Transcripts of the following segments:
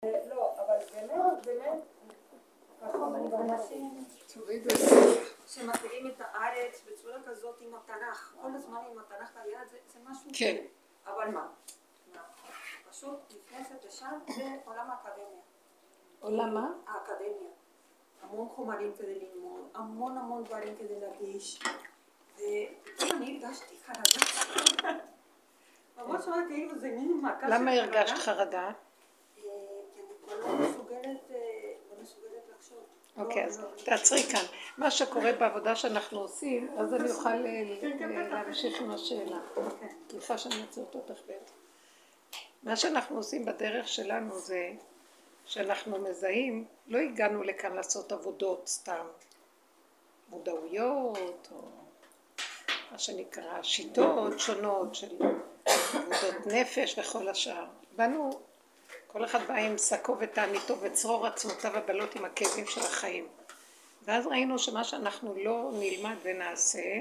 לא, אבל באמת, אנשים שמכירים את הארץ בצורה כזאת עם התנ"ך, כל הזמן עם התנ"ך היד, זה משהו כן. אבל מה? פשוט נכנסת לשם, זה עולם האקדמיה. עולם מה? האקדמיה. המון חומרים כדי ללמוד, המון דברים כדי להגיש. ואני הרגשתי חרדה. ממש אמרה כאילו זה מין מכה של חרדה. למה הרגשת חרדה? כי אני כבר לא מסוגלת לחשוב. אוקיי, אז תעצרי כאן. מה שקורה בעבודה שאנחנו עושים, אז אני אוכל להמשיך עם השאלה. סליחה שאני אצרת אותך בעצם. מה שאנחנו עושים בדרך שלנו זה שאנחנו מזהים, לא הגענו לכאן לעשות עבודות סתם, מודעויות או מה שנקרא שיטות שונות של עבודות נפש וכל השאר. באנו, כל אחד בא עם שקו ותעניתו וצרור עצמותיו הבלות עם הכאבים של החיים. ואז ראינו שמה שאנחנו לא נלמד ונעשה,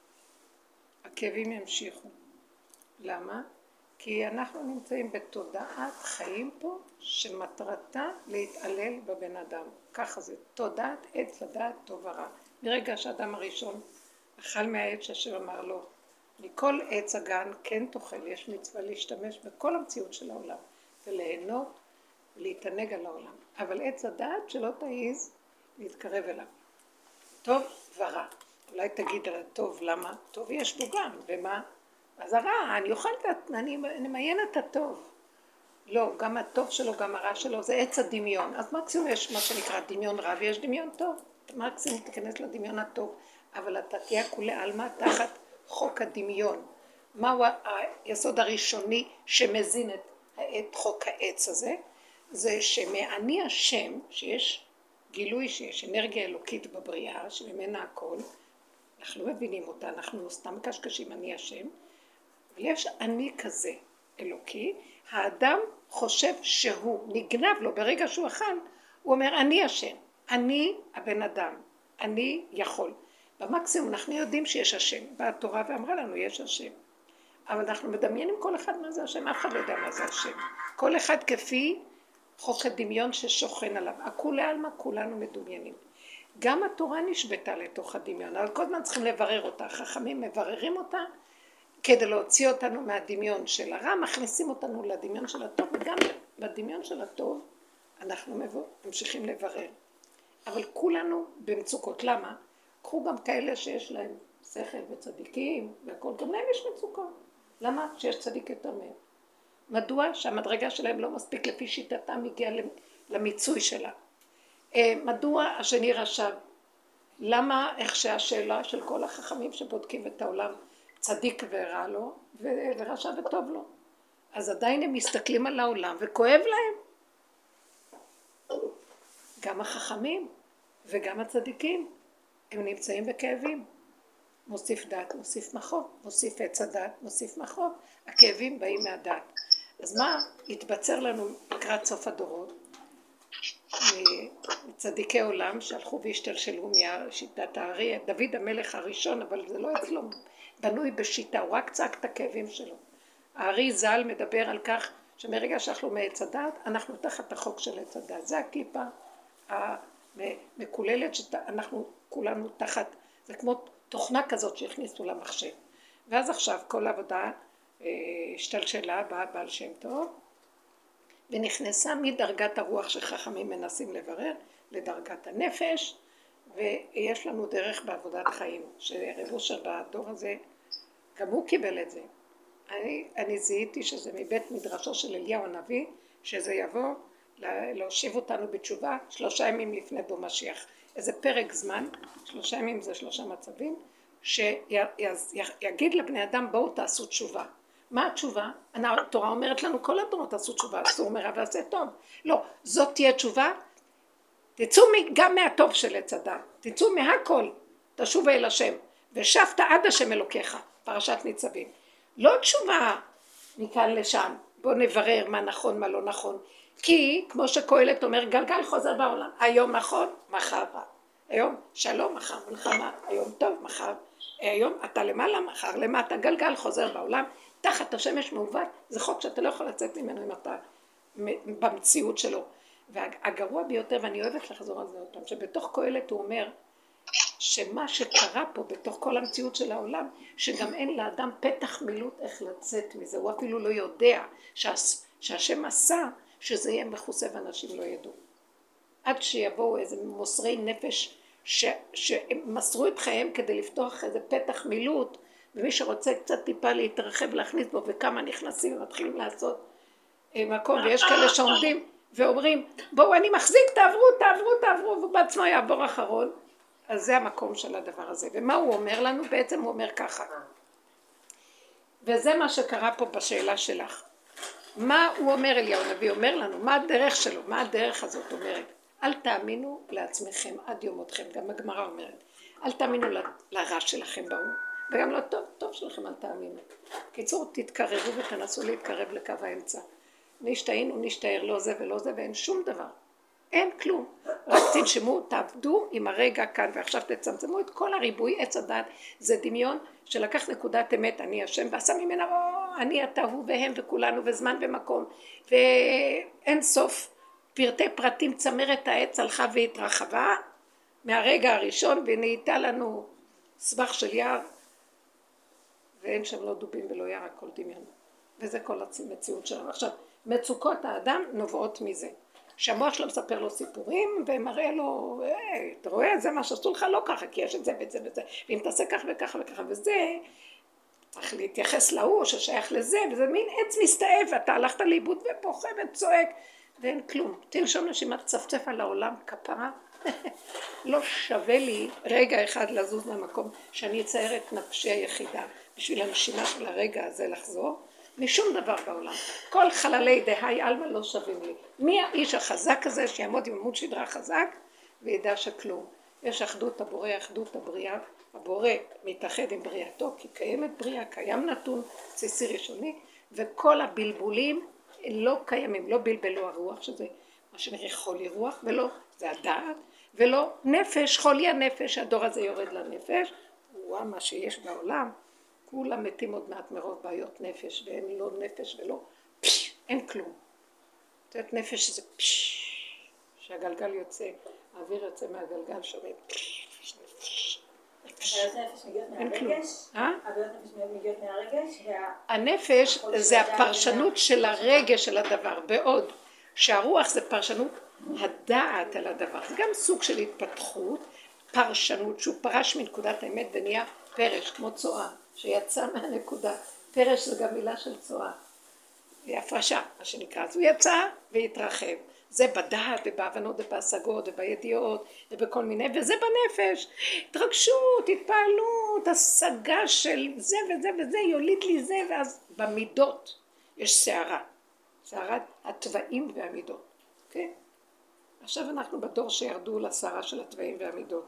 הכאבים ימשיכו. למה? כי אנחנו נמצאים בתודעת חיים פה שמטרתה להתעלל בבן אדם. ככה זה, תודעת עץ לדעת טוב ורע. מרגע שהאדם הראשון אכל מהעץ שהשם אמר לו, מכל עץ הגן כן תאכל, יש מצווה להשתמש בכל המציאות של העולם, וליהנות ולהתענג על העולם. אבל עץ הדעת שלא תעיז להתקרב אליו. טוב ורע. אולי תגיד על הטוב, למה? טוב יש בו גם, ומה? אז הרע, אני נמיין את הטוב. לא, גם הטוב שלו, גם הרע שלו, זה עץ הדמיון. אז מקסימום יש מה שנקרא דמיון רע, ויש דמיון טוב. מקסימום תיכנס לדמיון הטוב, אבל אתה תהיה כולי עלמא תחת חוק הדמיון. מהו היסוד הראשוני שמזין את חוק העץ הזה? זה שמעני השם, שיש גילוי שיש אנרגיה אלוקית בבריאה, שממנה הכל, אנחנו לא מבינים אותה, אנחנו סתם קשקשים אני השם, ויש אני כזה אלוקי, האדם חושב שהוא נגנב לו, ברגע שהוא אכל, הוא אומר אני השם, אני הבן אדם, אני יכול. במקסימום אנחנו יודעים שיש השם, באה התורה ואמרה לנו יש השם, אבל אנחנו מדמיינים כל אחד מה זה השם, אף אחד לא יודע מה זה השם, כל אחד כפי חוק הדמיון ששוכן עליו, הכולי עלמא כולנו מדומיינים. גם התורה נשבתה לתוך הדמיון, אבל כל הזמן צריכים לברר אותה, חכמים מבררים אותה, כדי להוציא אותנו מהדמיון של הרע, מכניסים אותנו לדמיון של הטוב, וגם בדמיון של הטוב אנחנו ממשיכים לברר. אבל כולנו במצוקות, למה? קחו גם כאלה שיש להם שכל וצדיקים, והכל, גם להם יש מצוקות. למה? שיש צדיק יותר מהם. מדוע? שהמדרגה שלהם לא מספיק לפי שיטתם הגיעה למיצוי שלה. מדוע השני רשב? למה איך שהשאלה של כל החכמים שבודקים את העולם צדיק ורע לו ורשע וטוב לו? אז עדיין הם מסתכלים על העולם וכואב להם. גם החכמים וגם הצדיקים הם נמצאים בכאבים. מוסיף דת, מוסיף מחור, מוסיף עץ הדת, מוסיף מחור. הכאבים באים מהדת. אז מה התבצר לנו לקראת סוף הדורות? צדיקי עולם שהלכו והשתלשלו משיטת הארי, דוד המלך הראשון, אבל זה לא אצלו, בנוי בשיטה, הוא רק צעק את הכאבים שלו. הארי ז"ל מדבר על כך שמרגע שאנחנו מעץ הדת, אנחנו תחת החוק של עץ הדת. זה הקליפה המקוללת שאנחנו כולנו תחת, זה כמו תוכנה כזאת שהכניסו למחשב. ואז עכשיו כל העבודה השתלשלה, באה בעל שם טוב, ונכנסה מדרגת הרוח שחכמים מנסים לברר לדרגת הנפש, ויש לנו דרך בעבודת חיים, שרב אושר בדור הזה, גם הוא קיבל את זה. אני זיהיתי שזה מבית מדרשו של אליהו הנביא, שזה יבוא להושיב אותנו בתשובה 3 ימים לפני בוא משיח. איזה פרק זמן, 3 ימים זה 3 מצבים, שיגיד לבני אדם בואו תעשו תשובה. מה התשובה? התורה אומרת לנו כל הדורות תעשו תשובה, אסור מרע ועשה טוב. לא, זאת תהיה תשובה, תצאו גם מהטוב של עץ הדת, תצאו מהכל, תשובו אל השם, ושבת עד השם אלוקיך, פרשת ניצבים. לא תשובה מכאן לשם, בוא נברר מה נכון מה לא נכון, כי כמו שקהלת אומר גלגל חוזר בעולם, היום נכון, מחר רע, היום שלום, מחר מלחמה, היום טוב, מחר, היום אתה למעלה, מחר למטה, גלגל חוזר בעולם, תחת השמש מעוות, זה חוק שאתה לא יכול לצאת ממנו אם אתה במציאות שלו. והגרוע ביותר, ואני אוהבת לחזור על זה עוד פעם, שבתוך קהלת הוא אומר, שמה שקרה פה בתוך כל המציאות של העולם, שגם אין לאדם פתח מילוט איך לצאת מזה, הוא אפילו לא יודע שהשם עשה שזה יהיה מכוסה ואנשים לא ידעו. עד שיבואו איזה מוסרי נפש שמסרו את חייהם כדי לפתוח איזה פתח מילוט, ומי שרוצה קצת טיפה להתרחב להכניס בו, וכמה נכנסים ומתחילים לעשות מקום, ויש כאלה שעומדים ואומרים, בואו אני מחזיק, תעברו, ובעצמו יעבור אחרון. אז זה המקום של הדבר הזה. ומה הוא אומר לנו? בעצם הוא אומר ככה. וזה מה שקרה פה בשאלה שלך. מה הוא אומר אליהו הנביא? אומר לנו, מה הדרך שלו? מה הדרך הזאת אומרת? אל תאמינו לעצמכם עד יום מותכם. גם הגמרא אומרת. אל תאמינו לרע שלכם באום. וגם לטוב שלכם אל תאמינו. קיצור, תתקרבו ותנסו להתקרב לקו האמצע. נשתהינו, נשתהר, לא זה ולא זה, ואין שום דבר. אין כלום, רק תנשמו, תעבדו עם הרגע כאן, ועכשיו תצמצמו את כל הריבוי עץ הדת, זה דמיון שלקח נקודת אמת, אני השם, ועשה ממנה, אני אתה הוא והם וכולנו, וזמן ומקום, ואין סוף פרטי פרטים, צמרת העץ הלכה והתרחבה, מהרגע הראשון, ונהייתה לנו סבך של יער, ואין שם לא דובים ולא יער, הכל דמיון, וזה כל המציאות שלנו. עכשיו, מצוקות האדם נובעות מזה. שהמוח שלו מספר לו סיפורים ומראה לו, אתה רואה, זה מה שעשו לך לא ככה, כי יש את זה ואת זה ואת זה, ואם תעשה כך וככה וככה וזה, צריך להתייחס להוא ששייך לזה, וזה מין עץ מסתאב, ואתה הלכת לאיבוד ובוכה וצועק, ואין כלום. תנשום נשימה, תצפצף על העולם, כפרה, לא שווה לי רגע אחד לזוז מהמקום, שאני אצייר את נפשי היחידה, בשביל הנשימה של הרגע הזה לחזור, משום דבר בעולם. כל חללי דהי אלמה לא שווים לי. מי האיש החזק הזה שיעמוד עם עמוד שדרה חזק וידע שכלום. יש אחדות הבורא, אחדות הבריאה. הבורא מתאחד עם בריאתו כי קיימת בריאה, קיים נתון, בסיסי ראשוני, וכל הבלבולים לא קיימים, לא בלבלו הרוח, שזה מה שנראה חולי רוח, ולא, זה הדעת, ולא נפש, חולי הנפש, הדור הזה יורד לנפש, הוא מה שיש בעולם. כולם מתים עוד מעט מרוב בעיות נפש, ואין לא נפש ולא, אין כלום. זאת אומרת, נפש זה שהגלגל יוצא, האוויר יוצא מהגלגל, שומעים הבעיות נפש מגיעות מהרגש? הבעיות נפש מגיעות מהרגש? הנפש זה הפרשנות של הרגש של הדבר, בעוד שהרוח זה פרשנות הדעת על הדבר. זה גם סוג של התפתחות, פרשנות, שהוא פרש מנקודת האמת ונהיה פרש, כמו צואה. שיצא מהנקודה, פרש זה גם מילה של צואה, הפרשה, מה שנקרא, אז הוא יצא והתרחב, זה בדעת ובהבנות ובהשגות ובידיעות ובכל מיני, וזה בנפש, התרגשות, התפעלות, השגה של זה וזה וזה, יוליד לי זה, ואז במידות יש שערה, שערת הטבעים והמידות, אוקיי? עכשיו אנחנו בדור שירדו לשערה של הטבעים והמידות.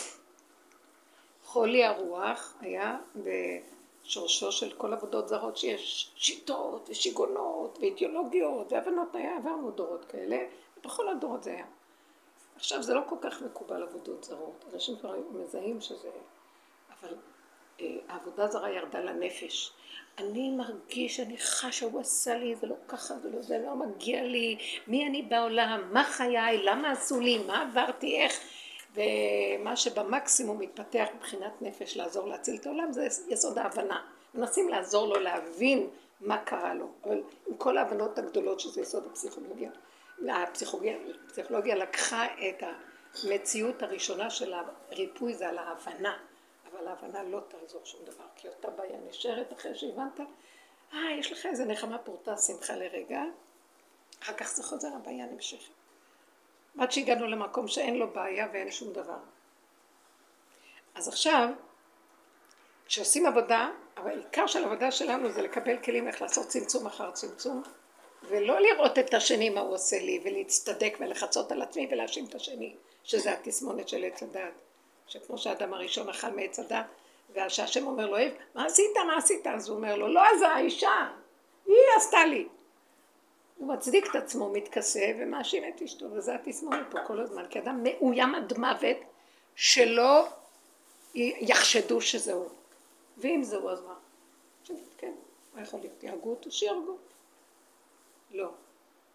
חולי הרוח היה בשורשו של כל עבודות זרות שיש שיטות ושיגונות ואידיאולוגיות והבנות, עברנו דורות כאלה, ובכל הדורות זה היה. עכשיו זה לא כל כך מקובל עבודות זרות, אנשים כבר מזהים שזה, אבל העבודה זרה ירדה לנפש. אני מרגיש, אני חש שהוא עשה לי, זה לא ככה, זה לא מגיע לי, מי אני בעולם, מה חיי, למה עשו לי, מה עברתי, איך, ומה שבמקסימום מתפתח מבחינת נפש לעזור להציל את העולם זה יסוד ההבנה. מנסים לעזור לו להבין מה קרה לו, אבל עם כל ההבנות הגדולות שזה יסוד הפסיכולוגיה, הפסיכולוגיה לקחה את המציאות הראשונה של הריפוי זה על ההבנה, אבל ההבנה לא תעזור שום דבר, כי אותה בעיה נשארת אחרי שהבנת, יש לך איזה נחמה פורטה, שמחה לרגע, אחר כך זה חוזר, הבעיה נמשכת. עד שהגענו למקום שאין לו בעיה ואין שום דבר. אז עכשיו, כשעושים עבודה, אבל העיקר של העבודה שלנו זה לקבל כלים איך לעשות צמצום אחר צמצום, ולא לראות את השני מה הוא עושה לי, ולהצטדק ולחצות על עצמי ולהאשים את השני, שזה התסמונת של עץ הדעת. שכמו שהאדם הראשון אכל מעץ הדעת, והשם אומר לו, מה עשית? אז הוא אומר לו, לא, אז האישה, היא עשתה לי. הוא מצדיק את עצמו, מתכסה ומאשים את אשתו, וזה התסמונת פה כל הזמן, כי אדם מאוים עד מוות שלא יחשדו שזהו. ואם זהו, אז מה? כן, מה יכול להיות? יהרגו אותו, שיהרגו. לא.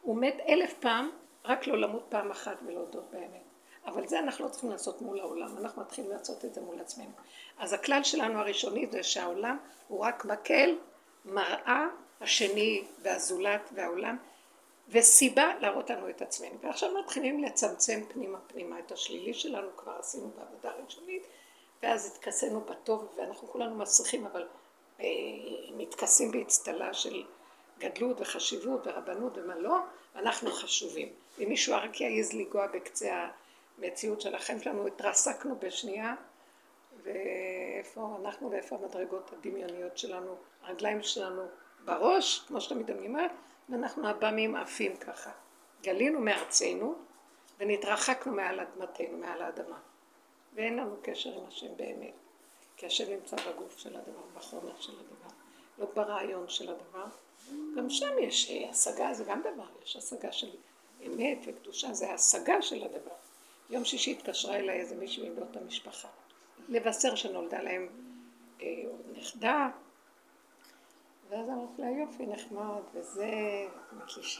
הוא מת 1000 פעם, רק לא למות פעם אחת ולהודות באמת. אבל זה אנחנו לא צריכים לעשות מול העולם, אנחנו מתחילים לעשות את זה מול עצמנו. אז הכלל שלנו הראשוני זה שהעולם הוא רק מקל, מראה, השני והזולת והעולם, וסיבה להראות לנו את עצמנו. ועכשיו מתחילים לצמצם פנימה את השלילי שלנו, כבר עשינו בעבודה ראשונית, ואז התכסינו בטוב, ואנחנו כולנו מסריחים, אבל מתכסים בהצטלה של גדלות וחשיבות ורבנות ומה לא, ואנחנו חשובים. אם מישהו רק יעז לגוע בקצה המציאות של החיים שלנו, התרסקנו בשנייה, ואיפה אנחנו ואיפה המדרגות הדמיוניות שלנו, הרגליים שלנו בראש, כמו שאתה מדמיינים, ואנחנו הבמים עפים ככה. גלינו מארצנו ונתרחקנו מעל אדמתנו, מעל האדמה. ואין לנו קשר עם השם באמת, כי השם נמצא בגוף של הדבר, בחומר של הדבר, לא ברעיון של הדבר. גם שם יש השגה, זה גם דבר, יש השגה של אמת וקדושה, זה השגה של הדבר. יום שישי התקשרה אליי איזה מישהו עם בנות המשפחה, לבשר שנולדה להם נכדה, ואז אמרתי לה יופי נחמד, וזה, אמרתי לי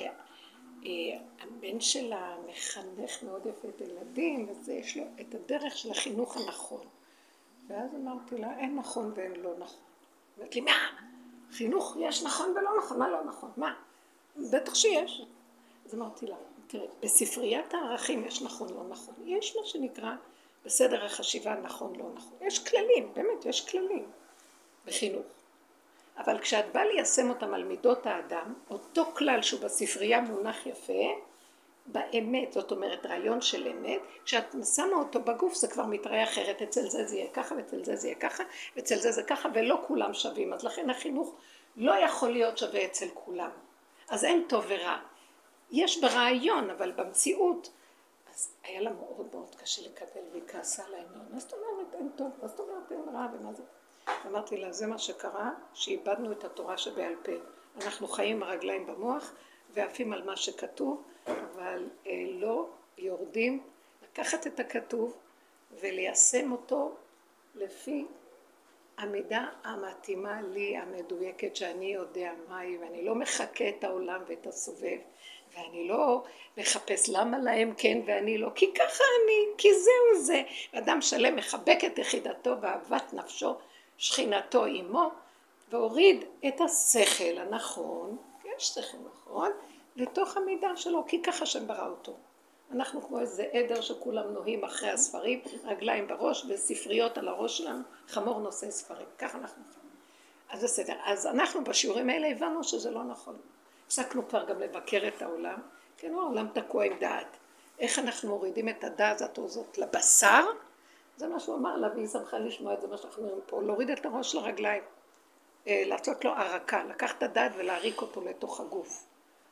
שהבן שלה מחנך מאוד יפה את הילדים, וזה יש לו את הדרך של החינוך הנכון. ואז אמרתי לה, אין נכון ואין לא נכון. אמרתי לי, מה? חינוך יש נכון ולא נכון, מה לא נכון? מה? בטח שיש. אז אמרתי לה, תראה, בספריית הערכים יש נכון לא נכון. יש מה שנקרא בסדר החשיבה נכון לא נכון. יש כללים, באמת יש כללים בחינוך. אבל כשאת באה ליישם אותם על מידות האדם, אותו כלל שהוא בספרייה מונח יפה, באמת, זאת אומרת רעיון של אמת, כשאת שמה אותו בגוף זה כבר מתראה אחרת, אצל זה יהיה ככה ואצל זה יהיה ככה, ואצל זה ככה, ולא כולם שווים, אז לכן החינוך לא יכול להיות שווה אצל כולם. אז אין טוב ורע. יש ברעיון, אבל במציאות, אז היה לה מאוד מאוד קשה לקבל, והיא כעסה עליי, מה זאת אומרת אין טוב, מה זאת אומרת אין רע, ומה זה? אמרתי לה, זה מה שקרה, שאיבדנו את התורה שבעל פה. אנחנו חיים הרגליים במוח, ועפים על מה שכתוב, אבל לא יורדים לקחת את הכתוב וליישם אותו לפי המידה המתאימה לי, המדויקת, שאני יודע מהי, ואני לא מחכה את העולם ואת הסובב, ואני לא מחפש למה להם כן ואני לא, כי ככה אני, כי זהו זה. אדם שלם מחבק את יחידתו ואהבת נפשו, שכינתו עמו, והוריד את השכל הנכון, יש שכל נכון, לתוך המידה שלו, כי ככה שם ברא אותו. אנחנו כמו איזה עדר שכולם נוהים אחרי הספרים, רגליים בראש וספריות על הראש שלנו, חמור נושא ספרים, ככה אנחנו חיים. אז בסדר, אז אנחנו בשיעורים האלה הבנו שזה לא נכון. הפסקנו כבר גם לבקר את העולם, כן, העולם תקוע עם דעת. איך אנחנו מורידים את הדעת הזאת לבשר? זה מה שהוא אמר לה, והיא שמחה לשמוע את זה מה שאנחנו אומרים פה, להוריד את הראש לרגליים, לעשות לו ערקה, לקחת את הדעת ולהריק אותו לתוך הגוף.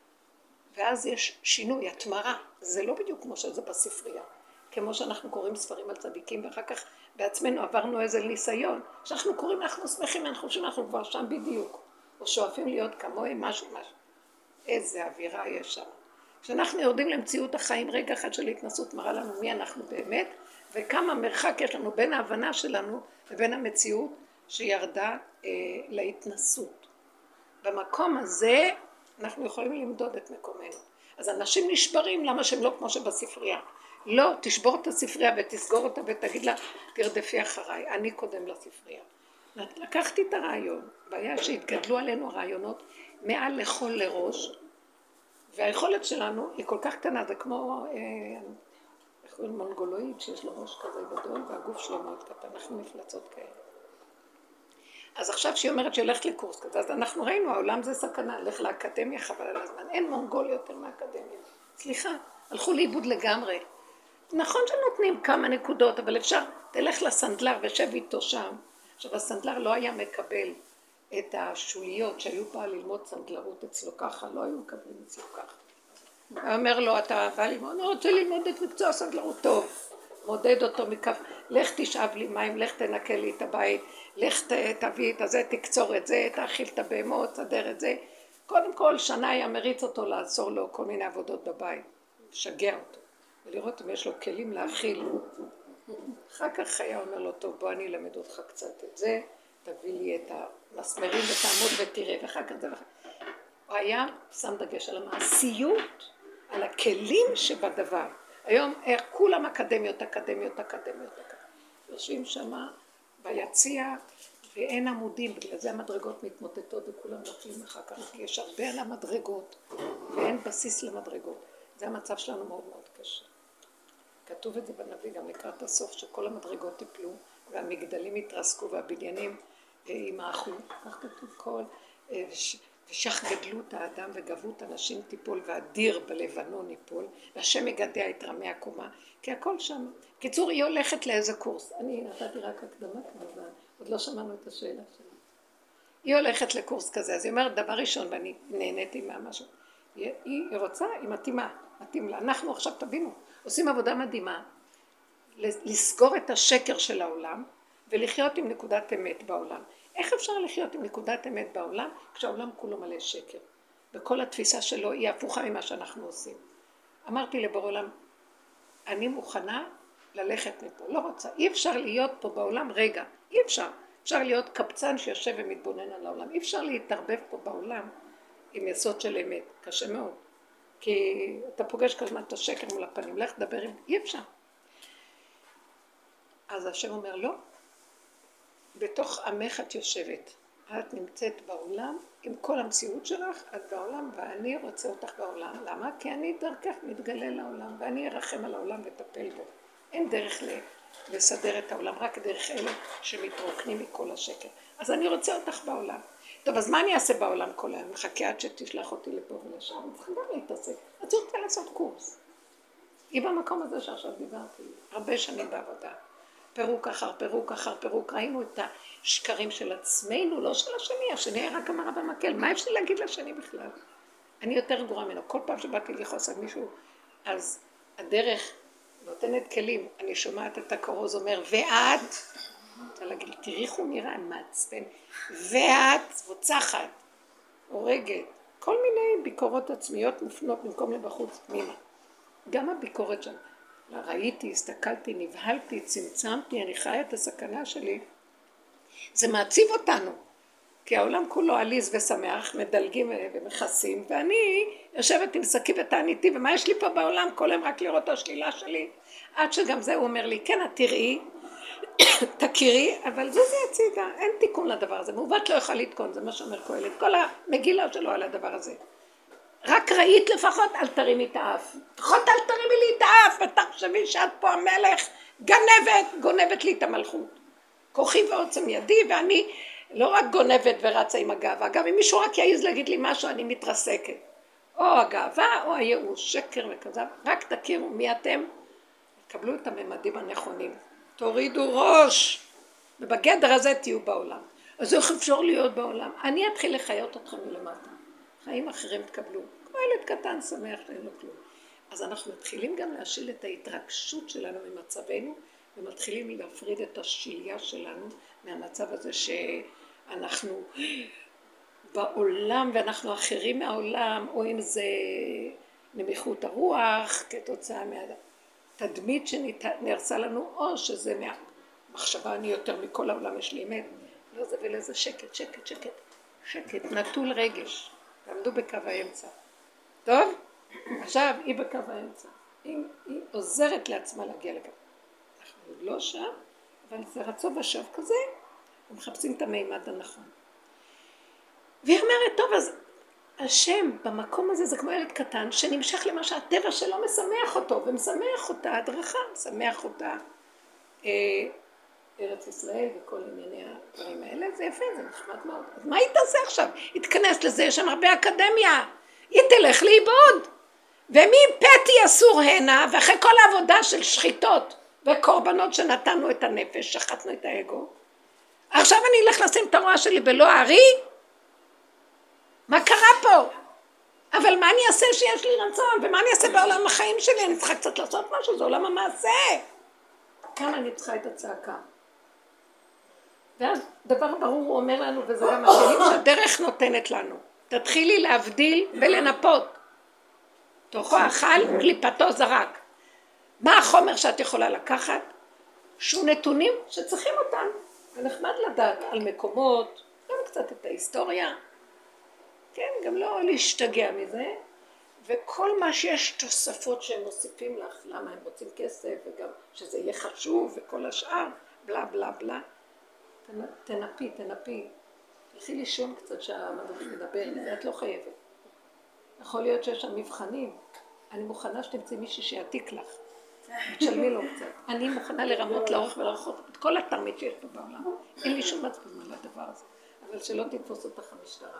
ואז יש שינוי, התמרה, זה לא בדיוק כמו שזה בספרייה, כמו שאנחנו קוראים ספרים על צדיקים, ואחר כך בעצמנו עברנו איזה ניסיון, שאנחנו קוראים, אנחנו שמחים, אנחנו חושבים, אנחנו כבר שם בדיוק, או שואפים להיות כמוהם, משהו. איזה אווירה יש שם. כשאנחנו יורדים למציאות החיים, רגע אחד של התנסות מראה לנו מי אנחנו באמת, וכמה מרחק יש לנו בין ההבנה שלנו ובין המציאות שירדה להתנסות. במקום הזה אנחנו יכולים למדוד את מקומנו. אז אנשים נשברים, למה שהם לא כמו שבספרייה? לא, תשבור את הספרייה ותסגור אותה ותגיד לה, תרדפי אחריי, אני קודם לספרייה. לקחתי את הרעיון, והיה שהתגדלו עלינו הרעיונות מעל לכל לראש, והיכולת שלנו היא כל כך קטנה, זה כמו מונגולואיד שיש לו ראש כזה גדול, והגוף שלו מאוד קטן, אנחנו מפלצות כאלה. אז עכשיו שהיא אומרת שהולכת לקורס כזה, אז אנחנו ראינו, העולם זה סכנה, הולך לאקדמיה חבל על הזמן, אין מונגול יותר מהאקדמיה. סליחה, הלכו לאיבוד לגמרי. נכון שנותנים כמה נקודות, אבל אפשר, תלך לסנדלר ושב איתו שם. עכשיו הסנדלר לא היה מקבל את השוליות שהיו באה ללמוד סנדלרות אצלו ככה, לא היו מקבלים אצלו ככה. הוא אומר לו, אתה בא ללמוד, אני רוצה ללמוד את מקצוע הסנדלרות, טוב. מודד אותו מכף, לך תשאב לי מים, לך תנקה לי את הבית, לך תביא את הזה, תקצור את זה, תאכיל את הבהמות, תסדר את זה. קודם כל, שנה היה מריץ אותו לעזור לו כל מיני עבודות בבית, שגע אותו, ולראות אם יש לו כלים להאכיל. אחר כך היה אומר לו, טוב, בוא אני אלמד אותך קצת את זה, תביא לי את המסמרים ותעמוד ותראה, ואחר כך זה ואחר כך. הוא היה שם דגש על המעשיות, על הכלים שבדבר. היום כולם אקדמיות. יושבים שמה ביציע ואין עמודים, בגלל זה המדרגות מתמוטטות וכולם נופלים אחר כך, כי יש הרבה על המדרגות ואין בסיס למדרגות. זה המצב שלנו מאוד מאוד קשה. כתוב את זה בנביא גם לקראת הסוף, שכל המדרגות טיפלו והמגדלים התרסקו והבניינים ימעכו. כך כתוב כל, ושך גדלו את האדם וגבות אנשים טיפול והדיר בלבנון ייפול, והשם יגדע את רמי הקומה, כי הכל שם. קיצור, היא הולכת לאיזה קורס. אני נתתי רק הקדמה כמובן, עוד לא שמענו את השאלה שלה. היא הולכת לקורס כזה, אז היא אומרת דבר ראשון, ואני נהניתי מהמשהו. היא רוצה, היא מתאים לה. אנחנו עכשיו תבינו, עושים עבודה מדהימה, לסגור את השקר של העולם, ולחיות עם נקודת אמת בעולם. איך אפשר לחיות עם נקודת אמת בעולם, כשהעולם כולו מלא שקר? וכל התפיסה שלו היא הפוכה ממה שאנחנו עושים. אמרתי לבור עולם, אני מוכנה ללכת מפה, לא רוצה. אי אפשר להיות פה בעולם רגע, אי אפשר. אפשר להיות קבצן שיושב ומתבונן על העולם. אי אפשר להתערבב פה בעולם עם יסוד של אמת. קשה מאוד. כי אתה פוגש כל הזמן את השקר מול הפנים. לך תדבר עם... אי אפשר. אז השם אומר, לא. בתוך עמך את יושבת. את נמצאת בעולם עם כל המציאות שלך, את בעולם ואני רוצה אותך בעולם. למה? כי אני דרכך מתגלה לעולם ואני ארחם על העולם וטפל בו. אין דרך לסדר את העולם, רק דרך אלה שמתרוקנים מכל השקר. אז אני רוצה אותך בעולם. טוב, אז מה אני אעשה בעולם כל היום? מחכה עד שתשלח אותי לפה ולשם. אני צריכה גם להתעסק. אז היא רוצה לעשות קורס. היא במקום הזה שעכשיו דיברתי, הרבה שנים בעבודה. פירוק אחר פירוק אחר פירוק. ראינו את השקרים של עצמנו, לא של השני. השני היה רק המרה במקל. מה אפשר להגיד לשני בכלל? אני יותר גרועה ממנו. כל פעם שבאתי לכעוס על מישהו, אז הדרך נותנת כלים. אני שומעת את הכרוז אומר, ואת, רוצה להגיד, תראי איך הוא נראה, מעצבן, ואת רוצחת, הורגת, כל מיני ביקורות עצמיות מופנות במקום לבחוץ פנימה. גם הביקורת שם, ראיתי, הסתכלתי, נבהלתי, צמצמתי, אני חיה את הסכנה שלי, זה מעציב אותנו, כי העולם כולו עליז ושמח, מדלגים ומכסים, ואני יושבת עם שקי ותעניתי, ומה יש לי פה בעולם? כל היום רק לראות את השלילה שלי, עד שגם זה הוא אומר לי, כן, את תראי, תכירי, אבל זה הצידה, אין תיקון לדבר הזה, מעוות לא יוכל לתקון, זה מה שאומר קהלת, כל המגילה שלו על הדבר הזה. רק ראית לפחות, אל תרימי את האף. לפחות אל תרימי לי את האף, ותחשבי שאת פה המלך, גונבת לי את המלכות. כוחי ועוצם ידי, ואני לא רק גונבת ורצה עם הגאווה, גם אם מישהו רק יעיז להגיד לי משהו, אני מתרסקת. או הגאווה או הייאוש, שקר וכזב, רק תכירו מי אתם, תקבלו את הממדים הנכונים. תורידו ראש, ובגדר הזה תהיו בעולם. אז איך אפשר להיות בעולם? אני אתחיל לחיות אתכם מלמטה. חיים אחרים תקבלו. כמו ילד קטן שמח שאין לו כלום. אז אנחנו מתחילים גם להשיל את ההתרגשות שלנו ממצבנו, ומתחילים להפריד את השיליה שלנו מהמצב הזה שאנחנו בעולם ואנחנו אחרים מהעולם, או אם זה נמיכות הרוח כתוצאה מהתדמית שנרסה לנו, או שזה מהמחשבה אני יותר מכל העולם יש לי אמת. לא זה ולזה שקט, שקט, שקט, שקט, נטול רגש. תעמדו בקו האמצע. טוב? עכשיו היא בקו האמצע. היא עוזרת לעצמה להגיע לקו. אנחנו לא שם, אבל זה רצון ושב כזה, ומחפשים את המימד הנכון. והיא אומרת, טוב, אז השם במקום הזה זה כמו ילד קטן, שנמשך למה שהטבע שלו משמח אותו, ומשמח אותה הדרכה, משמח אותה ארץ ישראל וכל ענייני הדברים האלה, זה יפה, זה נחמד מאוד. אז מה היא תעשה עכשיו? היא תכנס לזה, יש שם הרבה אקדמיה, היא תלך לאיבוד. ומי פתי אסור הנה, ואחרי כל העבודה של שחיטות וקורבנות שנתנו את הנפש, שחטנו את האגו, עכשיו אני אלך לשים את הרוע שלי בלא הארי? מה קרה פה? אבל מה אני אעשה שיש לי רצון? ומה אני אעשה בעולם החיים שלי? אני צריכה קצת לעשות משהו, זה עולם המעשה. כאן אני צריכה את הצעקה. ואז דבר ברור הוא אומר לנו, וזה גם הכלים שהדרך נותנת לנו. תתחילי להבדיל ולנפות. תוכו אכל, קליפתו זרק. מה החומר שאת יכולה לקחת? שהוא נתונים שצריכים אותם. ונחמד לדעת על מקומות, גם קצת את ההיסטוריה. כן, גם לא להשתגע מזה, וכל מה שיש תוספות שהם מוסיפים לך, למה הם רוצים כסף, וגם שזה יהיה חשוב, וכל השאר, בלה בלה בלה, תנפי. תלכי לישון קצת שהמדריך מדבר, ואת לא חייבת. יכול להיות שיש שם מבחנים, אני מוכנה שתמצאי מישהי שיעתיק לך, תשלמי לו קצת. אני מוכנה לרמות לאורך ולרחוק את כל התרמית שיש פה בעולם. אין לי שום מצפון על הדבר הזה, אבל שלא תתפוס אותך המשטרה.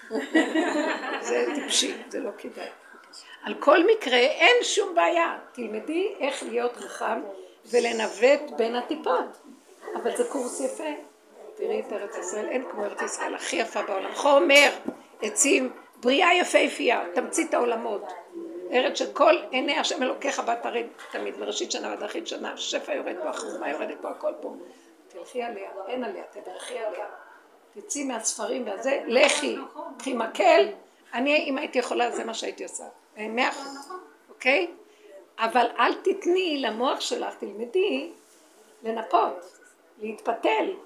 זה טיפשי, זה לא כדאי. על כל מקרה אין שום בעיה, תלמדי איך להיות חכם ולנווט בין הטיפות. אבל זה קורס יפה. תראי את ארץ ישראל, אין כמו ארץ ישראל, הכי יפה בעולם. חומר, עצים, בריאה יפהפייה, תמצית העולמות. ארץ שכל עיני השם אלוקיך בת תרד תמיד, בראשית שנה ועד אחרית שנה, שפע יורד פה, החוכמה יורדת פה, הכל פה. תלכי עליה, אין עליה, תדרכי עליה. תצאי מהספרים והזה, לכי, קחי מקל. אני, אם הייתי יכולה, זה מה שהייתי עושה. 100%, אוקיי? אבל אל תתני למוח שלך, תלמדי לנפות, להתפתל,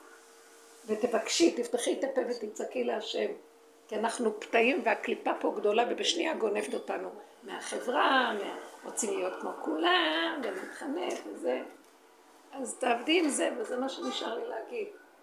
ותבקשי, תפתחי את הפה ותצעקי להשם. כי אנחנו פתאים והקליפה פה גדולה ובשנייה גונבת אותנו מהחברה, רוצים להיות כמו כולם, ולהתחנך וזה. אז תעבדי עם זה, וזה מה שנשאר לי להגיד.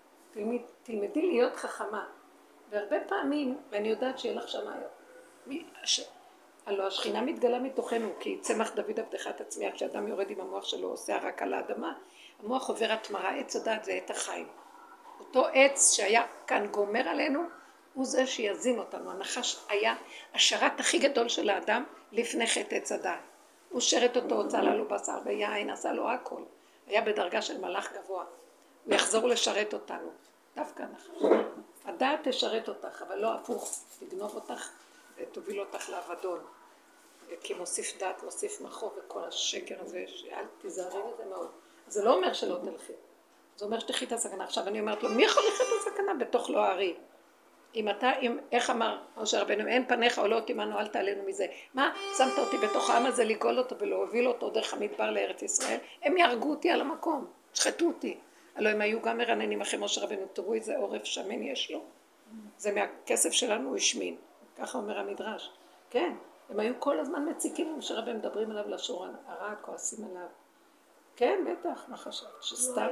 תלמדי להיות חכמה. והרבה פעמים, ואני יודעת שיהיה לך שם היום, הלוא השכינה מתגלה מתוכנו, כי צמח דוד עבדך תצמיח, כשאדם יורד עם המוח שלו, עושה רק על האדמה, המוח עובר התמרה, עץ הדעת זה עת החיים. אותו עץ שהיה כאן גומר עלינו, הוא זה שיזין אותנו. הנחש היה השרת הכי גדול של האדם לפני חטא עץ הדעת. הוא שרת אותו, הוצא לו בשר ויין, עשה לו הכל. היה בדרגה של מלאך גבוה. הוא יחזור לשרת אותנו. דווקא נחש. הדעת תשרת אותך, אבל לא הפוך, תגנוב אותך ותוביל אותך לאבדון. כי מוסיף דעת, מוסיף מחו וכל השקר הזה, שאל תיזהרי מזה מאוד. זה לא אומר שלא תלכי. זה אומר שתחי את הסכנה. עכשיו אני אומרת לו, מי יכול לחיות את הסכנה בתוך לא הארי? אם אתה, איך אמר משה רבנו, אין פניך עולות עמנו, אל תעלינו מזה. מה? שמת אותי בתוך העם הזה לגאול אותו ולהוביל אותו דרך המדבר לארץ ישראל. הם יהרגו אותי על המקום, שחטו אותי. הלוא הם היו גם מרננים אחרי משה רבנו, תראו איזה עורף שמן יש לו. זה מהכסף שלנו הוא השמין. ככה אומר המדרש. כן, הם היו כל הזמן מציקים משה רבנו, מדברים עליו לשון הרע, כועסים עליו. כן, בטח, מה חשבת? שסתם?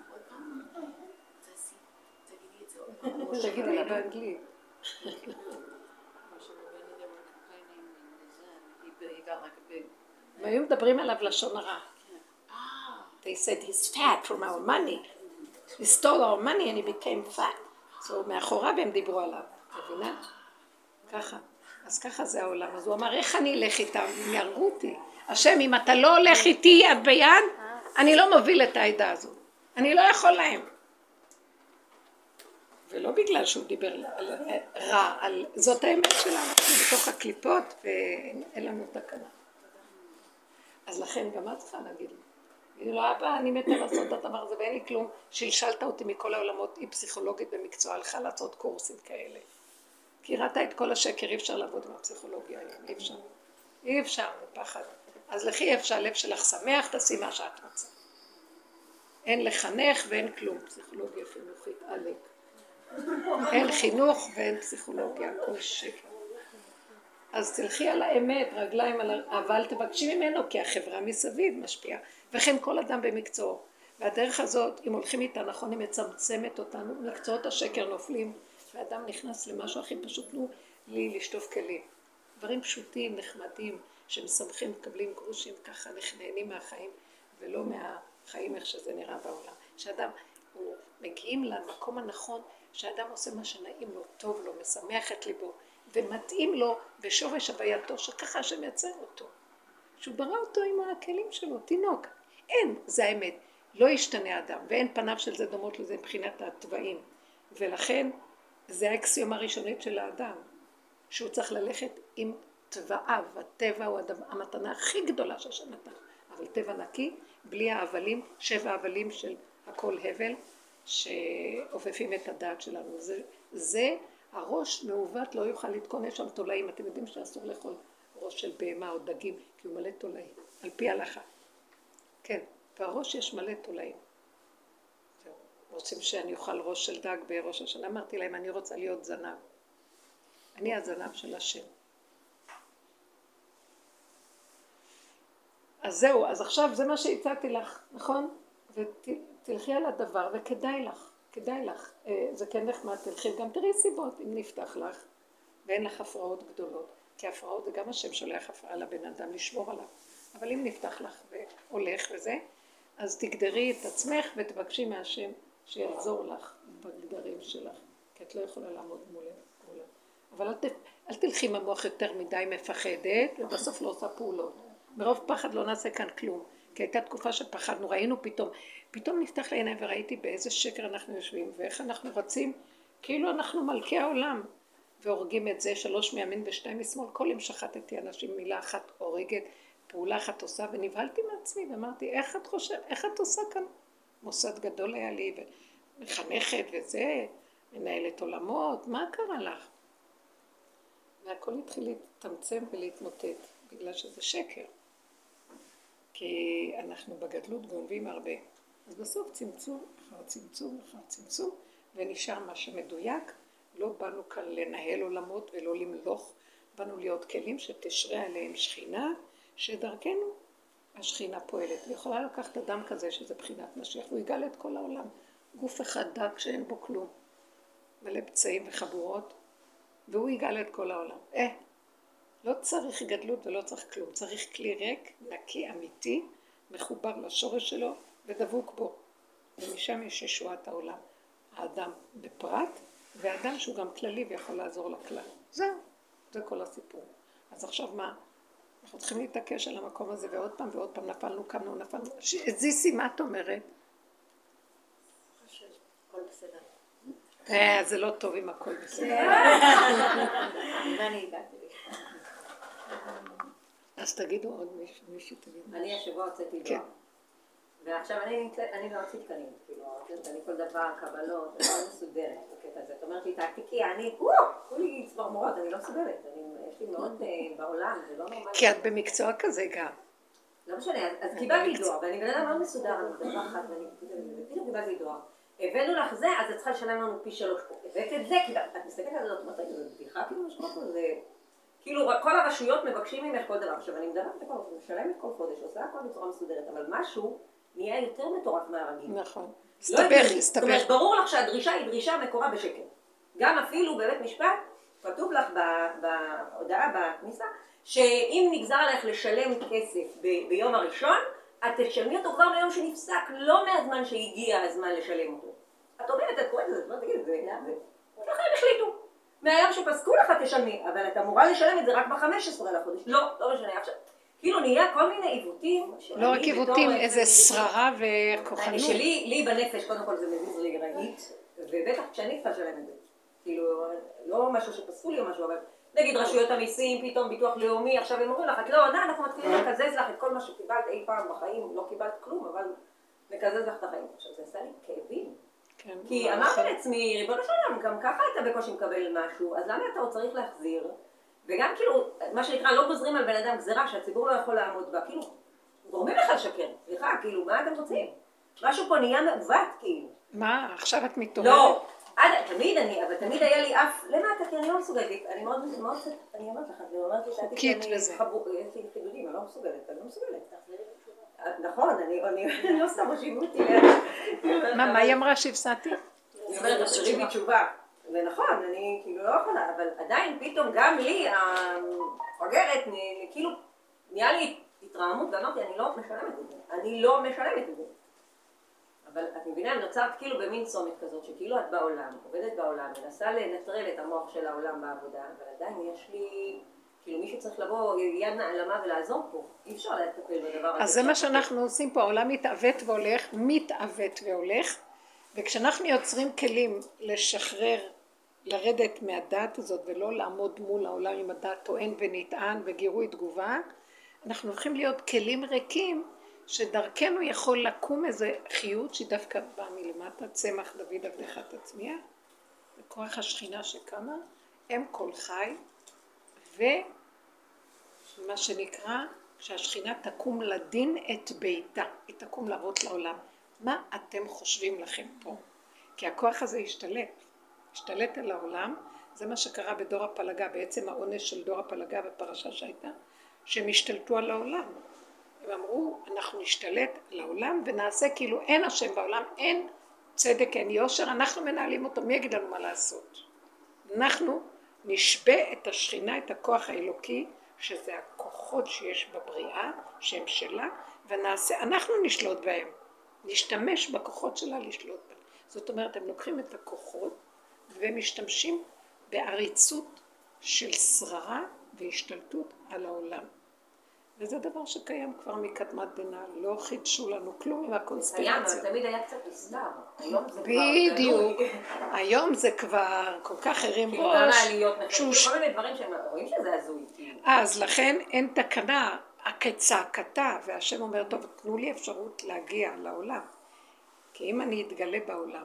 תגידי לה באנגלית. והיו מדברים עליו לשון הרע. They said he's fat from our money. He stole our money and he became fat. So מאחוריו הם דיברו עליו. מבינה? ככה. אז ככה זה העולם. אז הוא אמר, איך אני אלך איתם? הם יהרגו אותי. השם, אם אתה לא הולך איתי יד ביד, אני לא מוביל את העדה הזו. אני לא יכול להם. ולא בגלל שהוא דיבר רע, זאת האמת שלנו, בתוך הקליפות, ואין לנו תקנה. אז לכן גם את צריכה להגיד לי. אני לא, אבא, אני מתה לעשות את הדבר הזה, ואין לי כלום. שלשלת אותי מכל העולמות, היא פסיכולוגית במקצוע, הלכה לעשות קורסים כאלה. כי ראתה את כל השקר, אי אפשר לעבוד עם הפסיכולוגיה היום, אי אפשר. אי אפשר, בפחד. אז לכי אפשר, הלב שלך שמח, תעשי מה שאת רוצה. אין לחנך ואין כלום, פסיכולוגיה חינוכית, עלק. אין חינוך ואין פסיכולוגיה, הכל שקר. אז תלכי על האמת, רגליים על אבל תבקשי ממנו, כי החברה מסביב משפיעה. וכן כל אדם במקצועו. והדרך הזאת, אם הולכים איתה נכון, היא מצמצמת אותנו, מקצועות השקר נופלים, ואדם נכנס למשהו הכי פשוט, לי לשטוף כלים. דברים פשוטים, נחמדים, שמשמחים, מקבלים גרושים, ככה נהנים מהחיים, ולא מהחיים איך שזה נראה בעולם. שאדם, הוא מגיעים למקום הנכון, שאדם עושה מה שנעים לו, טוב לו, משמח את ליבו, ומתאים לו בשורש הווייתו, שככה השם יצר אותו. שהוא ברא אותו עם הכלים שלו, תינוק. אין, זה האמת. לא ישתנה אדם, ואין פניו של זה דומות לזה מבחינת הטבעים. ולכן, זה האקסיומה הראשונית של האדם, שהוא צריך ללכת עם טבעיו. הטבע הוא המתנה הכי גדולה שהשם נתן. אבל טבע נקי, בלי ההבלים, 7 הבלים של הכל הבל, שעופפים את הדעת שלנו. זה הראש מעוות לא יוכל לתקון, יש שם תולעים. אתם יודעים שאסור לאכול ראש של בהמה או דגים, כי הוא מלא תולעים, על פי הלכה. כן, בראש יש מלא תולעים. רוצים שאני אוכל ראש של דג בראש השנה? אמרתי להם, אני רוצה להיות זנב. אני הזנב של השם. אז זהו, אז עכשיו זה מה שהצעתי לך, נכון? ותלכי על הדבר וכדאי לך, כדאי לך. זה כן נחמד, תלכי גם תראי סיבות אם נפתח לך ואין לך הפרעות גדולות. כי הפרעות זה גם השם שולח הפרעה לבן אדם לשמור עליו. אבל אם נפתח לך והולך וזה, אז תגדרי את עצמך ותבקשי מהשם שיעזור לך בגדרים שלך. כי את לא יכולה לעמוד מולם. אבל אל תלכי עם המוח יותר מדי מפחדת ובסוף לא עושה פעולות. מרוב פחד לא נעשה כאן כלום. כי הייתה תקופה שפחדנו, ראינו פתאום נפתח לעיניי וראיתי באיזה שקר אנחנו יושבים ואיך אנחנו רצים, כאילו אנחנו מלכי העולם. והורגים את זה 3 מימין ו2 משמאל, כל יום שחטתי אנשים, מילה אחת הורגת, פעולה אחת עושה, ונבהלתי מעצמי ואמרתי, איך את חושבת, איך את עושה כאן? מוסד גדול היה לי, ומחנכת וזה, מנהלת עולמות, מה קרה לך? והכל התחיל להתמצם ולהתמוטט, בגלל שזה שקר. כי אנחנו בגדלות גונבים הרבה. אז בסוף צמצום, אחר צמצום, אחר צמצום, ונשאר מה שמדויק. לא באנו כאן לנהל עולמות ולא למלוך, באנו להיות כלים שתשרה עליהם שכינה, שדרכנו השכינה פועלת. ויכולה לקחת אדם כזה שזה בחינת משיח, והוא יגאל את כל העולם. גוף אחד דק שאין בו כלום, מלא פצעים וחבורות, והוא יגאל את כל העולם. לא צריך גדלות ולא צריך כלום, צריך כלי ריק, נקי, אמיתי, מחובר לשורש שלו ודבוק בו. ומשם יש ישועת העולם. האדם בפרט, ואדם שהוא גם כללי ויכול לעזור לכלל. זהו, זה כל הסיפור. אז עכשיו מה? אנחנו צריכים להתעקש על המקום הזה ועוד פעם נפלנו, קמנו, נפלנו. זיסי, מה את אומרת? הכל בסדר. זה לא טוב אם הכל בסדר. מה אני הגעתי לי? אז תגידו עוד מישהו תגיד. אני השבוע הוצאתי דואר. ועכשיו אני לא הוצאתי תקנים, כאילו, אני כל דבר, קבלות, אני לא מסודרת בקטע הזה. את אומרת לי, תעתיקי, אני, כולי צמרמורות, אני לא מסודרת, יש לי מאוד בעולם, זה לא נורמלי. כי את במקצוע כזה גם. לא משנה, אז קיבלתי דואר, ואני בן אדם מאוד מסודר, אני דבר אחד, ואני פתאום קיבלתי דואר. הבאנו לך זה, אז את צריכה לשלם לנו פי 3 פה. הבאת את זה, את מסתכלת על זה, את אומרת, זה בדיחה, כאילו, משמעות פה, זה... כאילו, כל הרשויות מבקשים ממך כל דבר. עכשיו, אני מדברת את הכל, משלמת כל חודש, עושה הכל בצורה מסודרת, אבל משהו נהיה יותר מטורף מהרגיל. נכון. לא הסתבך. זאת אומרת, ברור לך שהדרישה היא דרישה מקורה בשקר. גם אפילו בבית משפט, כתוב לך בהודעה בכניסה, שאם נגזר עליך לשלם כסף ביום הראשון, את תשלמי אותו כבר ביום שנפסק, לא מהזמן שהגיע הזמן לשלם אותו. את אומרת, את קוראת את זה, את אומרת, תגיד, זה... ככה הם החליטו. מהיום שפסקו לך תשלמי, אבל את אמורה לשלם את זה רק ב-15 לחודש. לא משנה. עכשיו, כאילו נהיה כל מיני עיוותים. לא רק עיוותים, איזה שררה וכוחנות. שלי בנפש, קודם כל זה מזיז לי רהיט, ובטח כשאני צריכה לשלם את זה. כאילו, לא משהו שפסקו לי או משהו, אבל נגיד רשויות המיסים, פתאום ביטוח לאומי, עכשיו הם אומרים לך, את לא עונה, אנחנו מתחילים לקזז לך את כל מה שקיבלת אי פעם בחיים, לא קיבלת כלום, אבל נקזז לך את החיים. עכשיו, זה עשה לי כאבים. כי אמרתי לעצמי, ריבונו של עולם, גם ככה אתה בקושי מקבל משהו, אז למה אתה עוד צריך להחזיר? וגם כאילו, מה שנקרא, לא גוזרים על בן אדם גזירה שהציבור לא יכול לעמוד בה, כאילו, גורמים לך לשקר, סליחה, כאילו, מה אתם רוצים? משהו פה נהיה מעוות, כאילו. מה, עכשיו את מתעוררת? לא, אבל תמיד היה לי אף, למטה, כי אני לא מסוגלת, אני מאוד, אני אומרת לך, אני אומרת לי, חוקית וזה. יש לי חידודים, אני לא מסוגלת. נכון, אני לא סתם מושיבו אותי. מה היא אמרה שהפסעתי? אני אומרת, תחזרי בתשובה. זה נכון, אני כאילו לא יכולה, אבל עדיין פתאום גם לי, המפגרת, כאילו, נהיה לי התרעמות, ואמרתי, אני לא משלמת את זה. אבל את מבינה, נוצרת כאילו במין צומת כזאת, שכאילו את בעולם, עובדת בעולם, מנסה לנטרל את המוח של העולם בעבודה, אבל עדיין יש לי, כאילו מישהו צריך לבוא יד נעלמה ולעזור פה, אי אפשר לטפל בדבר הזה. אז זה מה שאנחנו עושים פה, העולם מתעוות והולך, וכשאנחנו יוצרים כלים לשחרר, לרדת מהדעת הזאת ולא לעמוד מול העולם עם הדעת טוען ונטען וגירוי תגובה, אנחנו הולכים להיות כלים ריקים, שדרכנו יכול לקום איזה חיות שהיא דווקא באה מלמטה, צמח דוד עבדך תצמיח, וכוח השכינה שקמה, אם כל חי, ומה שנקרא, שהשכינה תקום לדין את ביתה, היא תקום להראות לעולם. מה אתם חושבים לכם פה? כי הכוח הזה השתלט על העולם, זה מה שקרה בדור הפלגה, בעצם העונש של דור הפלגה בפרשה שהייתה, שהם השתלטו על העולם. הם אמרו, אנחנו נשתלט לעולם ונעשה כאילו אין השם בעולם, אין צדק, אין יושר, אנחנו מנהלים אותו, מי יגיד לנו מה לעשות? אנחנו נשבה את השכינה, את הכוח האלוקי, שזה הכוחות שיש בבריאה, שהם שלה, ונעשה, אנחנו נשלוט בהם, נשתמש בכוחות שלה לשלוט בהם. זאת אומרת, הם לוקחים את הכוחות ומשתמשים בעריצות של שררה והשתלטות על העולם. וזה דבר שקיים כבר מקדמת דנא, לא חידשו לנו כלום עם הקונספירציה. קיים, אבל תמיד היה קצת נסתר. היום זה כבר... בדיוק. היום זה כבר כל כך הרים ראש. גם העליות נחשבים, כל מיני דברים שהם רואים שזה הזוי. אז לכן אין תקנה, כצעקתה, והשם אומר, טוב, תנו לי אפשרות להגיע לעולם. כי אם אני אתגלה בעולם,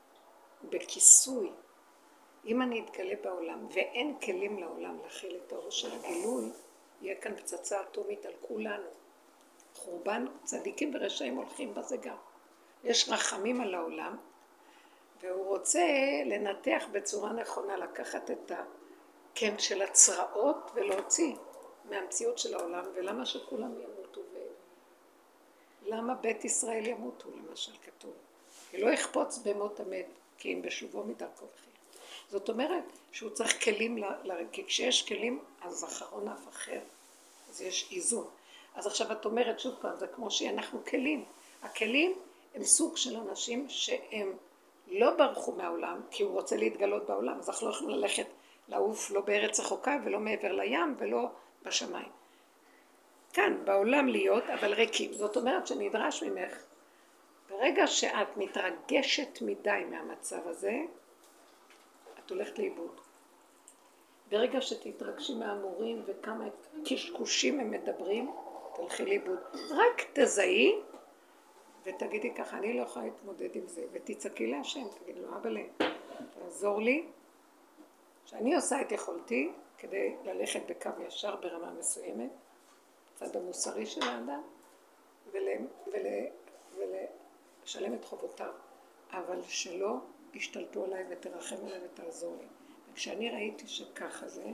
בכיסוי, אם אני אתגלה בעולם, ואין כלים לעולם להכיל את האור של הגילוי, יהיה כאן פצצה אטומית על כולנו. חורבן, צדיקים ורשעים הולכים בזה גם. יש רחמים על העולם, והוא רוצה לנתח בצורה נכונה, לקחת את הקן של הצרעות ולהוציא מהמציאות של העולם, ולמה שכולם ימותו למה בית ישראל ימותו, למשל כתוב. כי לא יחפוץ במות המת, כי אם בשובו מדרכו וחיה. זאת אומרת שהוא צריך כלים, כי כשיש כלים, אז אחרון אף אחר, אז יש איזון. אז עכשיו את אומרת שוב פעם, זה כמו שאנחנו כלים. הכלים הם סוג של אנשים שהם לא ברחו מהעולם, כי הוא רוצה להתגלות בעולם, אז אנחנו לא יכולים ללכת לעוף לא בארץ רחוקה ולא מעבר לים ולא בשמיים. כאן בעולם להיות, אבל ריקים. זאת אומרת שנדרש ממך, ברגע שאת מתרגשת מדי מהמצב הזה, את הולכת לאיבוד. ברגע שתתרגשי מהמורים וכמה קשקושים הם מדברים, תלכי לאיבוד. רק תזהי ותגידי ככה, אני לא יכולה להתמודד עם זה, ותצעקי להשם, תגיד לו, אבא, תעזור לי, שאני עושה את יכולתי כדי ללכת בקו ישר ברמה מסוימת, צד המוסרי של האדם, ולשלם את חובותיו, אבל שלא ישתלטו עליי ותרחם עליי ותעזור לי. וכשאני ראיתי שככה זה,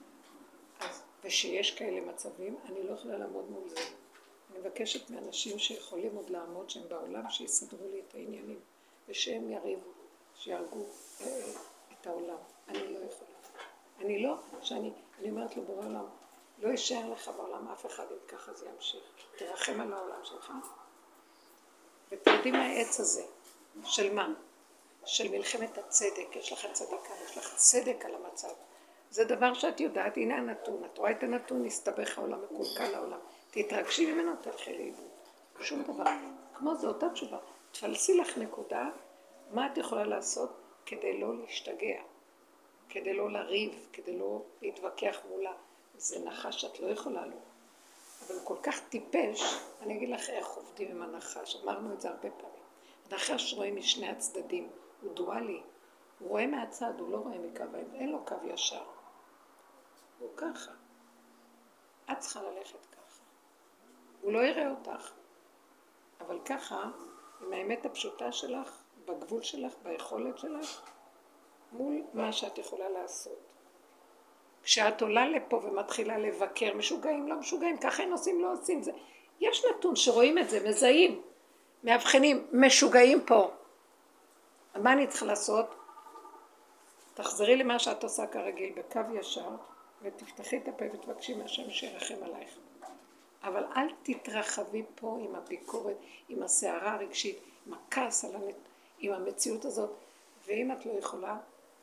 ושיש כאלה מצבים, אני לא יכולה לעמוד מול זה. אני מבקשת מאנשים שיכולים עוד לעמוד שהם בעולם, שיסדרו לי את העניינים, ושהם יריבו, שירגו את העולם. אני לא יכולה. אני אומרת לו בורא עולם, לא יישאר לך בעולם אף אחד אם ככה זה ימשיך. תרחם על העולם שלך. ותרדי מהעץ הזה. של מה? של מלחמת הצדק. יש לך צדיקה, יש לך צדק על המצב. זה דבר שאת יודעת, הנה הנתון. את רואה את הנתון, נסתבך העולם, מקולקל העולם. תתרגשי ממנו, תלכי לאיבוד. שום דבר. כמו זו אותה תשובה. תפלסי לך נקודה, מה את יכולה לעשות כדי לא להשתגע, כדי לא לריב, כדי לא להתווכח מולה. זה נחש שאת לא יכולה לו. אבל הוא כל כך טיפש, אני אגיד לך איך עובדים עם הנחש. אמרנו את זה הרבה פעמים. הנחש רואה משני הצדדים, הוא דואלי. הוא רואה מהצד, הוא לא רואה מקו, אין לו קו ישר. הוא ככה. את צריכה ללכת ככה. הוא לא יראה אותך. אבל ככה, עם האמת הפשוטה שלך, בגבול שלך, ביכולת שלך, מול מה שאת יכולה לעשות. כשאת עולה לפה ומתחילה לבקר, משוגעים, לא משוגעים, ככה הם עושים, לא עושים זה. יש נתון שרואים את זה, מזהים, מאבחנים, משוגעים פה. מה אני צריכה לעשות? תחזרי למה שאת עושה כרגיל, בקו ישר, ותפתחי את הפה ותבקשי מהשם שירחם עלייך. אבל אל תתרחבי פה עם הביקורת, עם הסערה הרגשית, עם הכעס, עם המציאות הזאת. ואם את לא יכולה,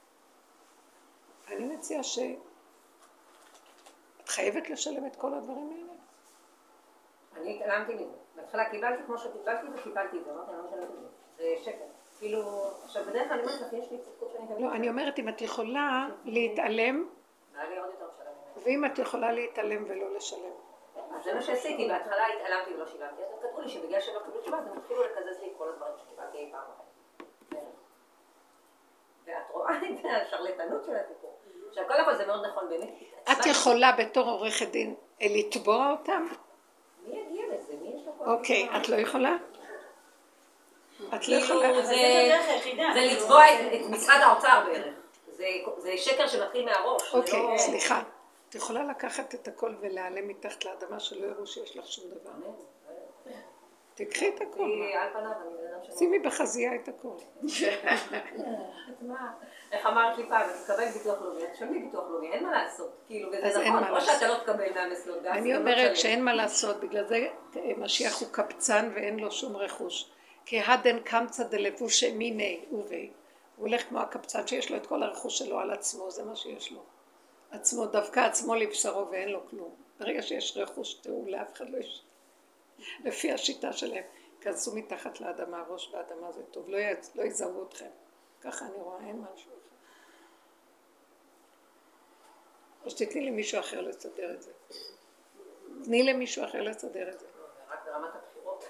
אני מציעה את חייבת לשלם את כל הדברים האלה. אני התעלמתי מזה. בהתחלה קיבלתי כמו שקיבלתי וקיבלתי את זה. אמרתי, אני לא משלמת את זה. זה שקר. כאילו, עכשיו בדרך כלל אני אומרת לך, יש לי צדקות שאני תמיד... לא, אני אומרת, אם את יכולה להתעלם, ואם את יכולה להתעלם ולא לשלם. אז זה מה שעשיתי, בהתחלה התעלמתי ולא שילמתי. אז הם כתבו לי שבגלל שהם לא קיבלו תשובה, אז הם התחילו לקזז לי את כל הדברים שקיבלתי אי פעם אחת. ואת רואה את השרלטנות של הסיפור. עכשיו, קודם כל זה מאוד נכון, באמת. את יכולה בתור עורכת דין לתבוע אותם? מי יגיע לזה? מי יש לו כל... אוקיי, את לא יכולה? את לא יכולה? זה לתבוע את משרד האוצר בערך. זה שקר שמתחיל מהראש. אוקיי, סליחה. את יכולה לקחת את הכל ולהעלם מתחת לאדמה שלא יראו שיש לך שום דבר. תקחי את הכל. על פניו, אני בן אדם שימי בחזייה את הכל. איך אמרת לי פעם, את תקבל ביטוח לאומי, את שומי ביטוח לאומי, אין מה לעשות. כאילו, אז וזה נכון, או שאתה לא תקבל מהמסלול. אני אומרת שאין מה לעשות, בגלל זה משיח הוא קבצן ואין לו שום רכוש. כי הדן קמצא דלבוש מיני ובי. הוא הולך כמו הקבצן שיש לו את כל הרכוש שלו על עצמו, זה מה שיש לו. עצמו, דווקא עצמו לבשרו ואין לו כלום. ברגע שיש רכוש, תראו, לאף אחד לא יש. לפי השיטה שלהם, כנסו מתחת לאדמה, ראש באדמה זה טוב, לא יזהו אתכם. ככה אני רואה, אין משהו אחר. או שתתני לי מישהו אחר לסדר את זה. תני למישהו אחר לסדר את זה. רק ברמת הבחירות.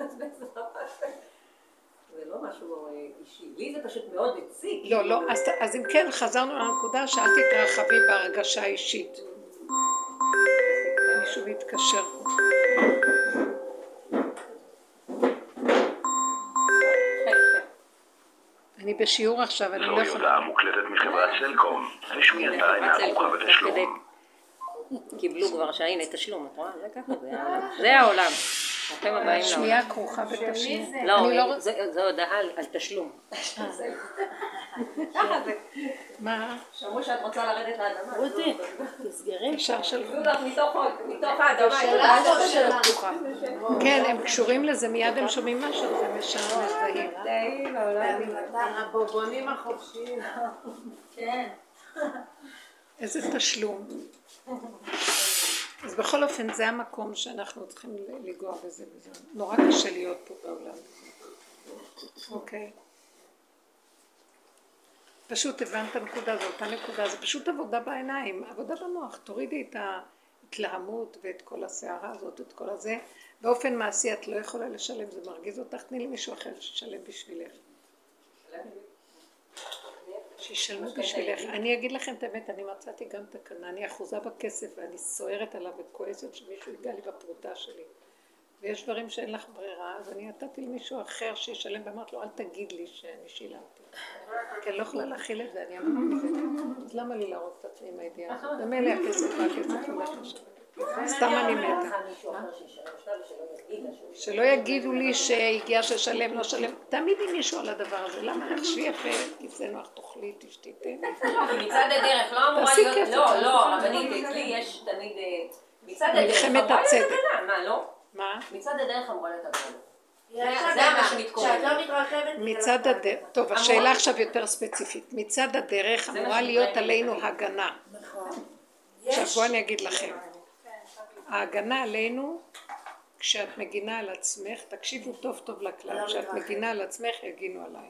זה לא משהו אישי. לי זה פשוט מאוד מציק. לא, אז אם כן, חזרנו לנקודה שאל תתרחבי בהרגשה אישית. מישהו מתקשר. אני בשיעור עכשיו, אני לא יכולה. זוהי הודעה מוקלטת מחברת סלקום. השמיעתה אינה כרוכה בתשלום. קיבלו כבר שהנה תשלום, את רואה? זה ככה, זה העולם. השמיעה כרוכה בתשלום. לא, זו הודעה על תשלום. מה? שמעו שאת רוצה לרדת לאדמה. רותי, תסגרי. ישר של... מתוך האדמה. כן, הם קשורים לזה, מיד הם שומעים משהו, זה משם מזהים. הבובונים החופשיים. כן. איזה תשלום. אז בכל אופן זה המקום שאנחנו צריכים לגוע בזה וזה. נורא קשה להיות פה בעולם. אוקיי. פשוט הבנת הנקודה, זו אותה נקודה, זה פשוט עבודה בעיניים, עבודה במוח. תורידי את ההתלהמות ואת כל הסערה הזאת, את כל הזה. באופן מעשי את לא יכולה לשלם, זה מרגיז אותך, תני לי מישהו אחר ששלם בשבילך. שישלמו בשבילך. אני אגיד לכם את האמת, אני מצאתי גם תקנה, אני אחוזה בכסף ואני סוערת עליו וכועסת שמישהו ייגע לי בפרוטה שלי. ויש דברים שאין לך ברירה, אז אני נתתי למישהו אחר שישלם ואמרת לו, אל תגיד לי שאני שילמתי. כי אני לא יכולה להכיל את זה, אני אמרתי את זה. אז למה לי להרוג את עצמי עם הידיעה הזאת? במילא הכסף והכסף הולך לשלם. סתם אני מתה. שלא יגידו לי שהגיע ששלם, לא שלם. תמיד עם מישהו על הדבר הזה. למה לך שבי יפה, תפסה נוח, תאכלי, תשתיתן. מצד הדרך, לא אמורה להיות... לא, רבנית, אצלי יש תמיד... מצד הדרך, אמורה להיות הגנה, מה, לא? מה? מצד הדרך אמורה להיות הגנה. זה מה שמתקורא. כשאת לא מתרחבת... מצד הדרך, טוב, השאלה עכשיו יותר ספציפית. מצד הדרך אמורה להיות עלינו הגנה. נכון. עכשיו בואו אני אגיד לכם. ההגנה עלינו, כשאת מגינה על עצמך, תקשיבו טוב טוב לכלל, כשאת מגינה על עצמך יגינו עלייך.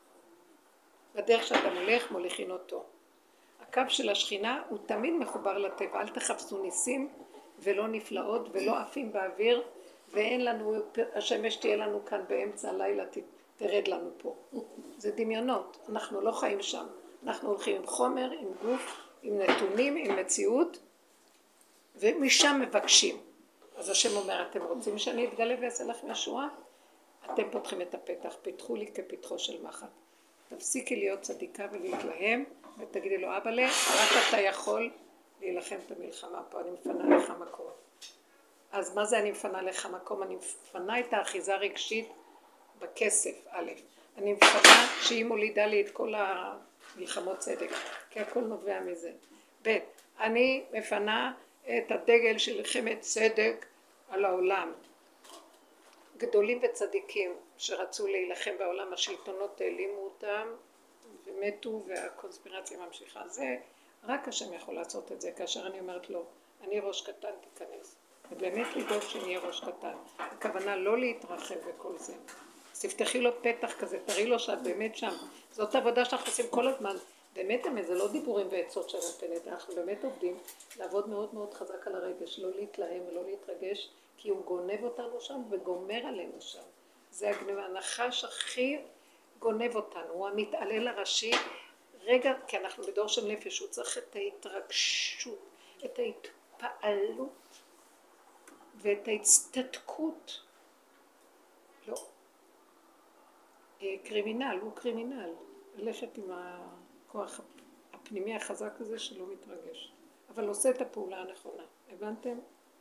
בדרך שאתה מולך, מוליכין אותו. הקו של השכינה הוא תמיד מחובר לטבע, אל תחפשו ניסים ולא נפלאות ולא עפים באוויר, ואין לנו, השמש תהיה לנו כאן באמצע הלילה, תרד לנו פה. זה דמיונות, אנחנו לא חיים שם. אנחנו הולכים עם חומר, עם גוף, עם נתונים, עם מציאות, ומשם מבקשים. אז השם אומר, אתם רוצים שאני אתגלה ואעשה לכם ישועה? אתם פותחים את הפתח, פיתחו לי כפתחו של מחט. תפסיקי להיות צדיקה ולהתלהם, ותגידי לו, אבא לי, רק אתה יכול להילחם את המלחמה פה, אני מפנה לך מקום. אז מה זה אני מפנה לך מקום? אני מפנה את האחיזה הרגשית בכסף, א'. אני מפנה שהיא מולידה לי את כל המלחמות צדק, כי הכל נובע מזה. ב', אני מפנה את הדגל של מלחמת צדק על העולם. גדולים וצדיקים שרצו להילחם בעולם, השלטונות העלימו אותם ומתו והקונספירציה ממשיכה. זה רק השם יכול לעשות את זה, כאשר אני אומרת לו, אני ראש קטן, תיכנס. ובאמת לדאוג שנהיה ראש קטן. הכוונה לא להתרחב וכל זה. אז תפתחי לו פתח כזה, תראי לו שאת באמת שם. זאת עבודה שאנחנו עושים כל הזמן. באמת, זה לא דיבורים ועצות שאני נותנת, אנחנו באמת עובדים לעבוד מאוד מאוד חזק על הרגש, לא להתלהם ולא להתרגש, כי הוא גונב אותנו שם וגומר עלינו שם. זה הנחש הכי גונב אותנו, הוא המתעלל הראשי. רגע, כי אנחנו בדור של נפש, הוא צריך את ההתרגשות, את ההתפעלות ואת ההצטדקות. לא. קרימינל, הוא קרימינל. ללכת עם הכוח הפנימי החזק הזה שלא מתרגש. אבל עושה את הפעולה הנכונה. הבנתם?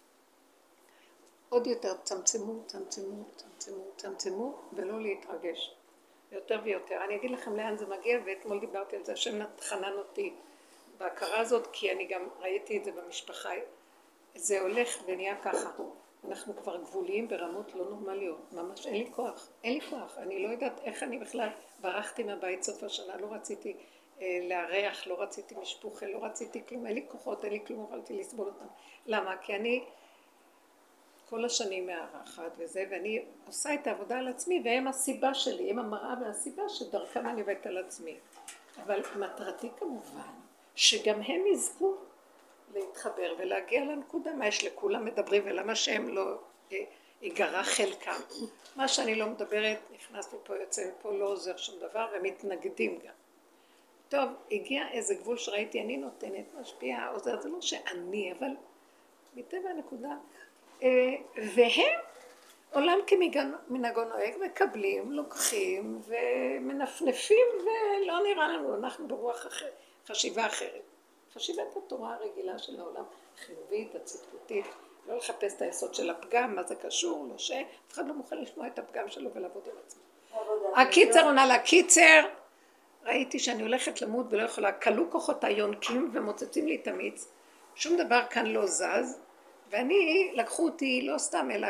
עוד יותר צמצמו, צמצמו, צמצמו, צמצמו, ולא להתרגש. יותר ויותר. אני אגיד לכם לאן זה מגיע, ואתמול דיברתי על זה, השם חנן אותי בהכרה הזאת, כי אני גם ראיתי את זה במשפחה. זה הולך ונהיה ככה. אנחנו כבר גבוליים ברמות לא נורמליות. ממש אין לי כוח. אין לי כוח. אני לא יודעת איך אני בכלל ברחתי מהבית סוף השנה. לא רציתי לארח, לא רציתי משפוחה, לא רציתי כלום. אין לי כוחות, אין לי כלום, יכולתי לסבול אותם. למה? כי אני כל השנים מארחת וזה, ואני עושה את העבודה על עצמי, והם הסיבה שלי, הם המראה והסיבה שדרכם אני עובדת על עצמי. אבל מטרתי כמובן, שגם הם יזכו להתחבר ולהגיע לנקודה, מה יש לכולם מדברים ולמה שהם לא ייגרע חלקם. מה שאני לא מדברת, נכנס מפה, יוצא מפה, לא עוזר שום דבר, ומתנגדים גם. טוב, הגיע איזה גבול שראיתי, אני נותנת, משפיעה, עוזר, זה לא שאני, אבל מטבע הנקודה, והם עולם כמנהגו נוהג, מקבלים, לוקחים ומנפנפים, ולא נראה לנו, אנחנו ברוח אחרת, חשיבה אחרת. חשיבת התורה הרגילה של העולם, חיובית, הצדקותית, לא לחפש את היסוד של הפגם, מה זה קשור, לא שאף אחד לא מוכן לשמוע את הפגם שלו ולעבוד עם עצמו. הקיצר עונה לקיצר, ראיתי שאני הולכת למות ולא יכולה, קלו כוחות היונקים ומוצצים לי את המיץ, שום דבר כאן לא זז, ואני, לקחו אותי לא סתם אלא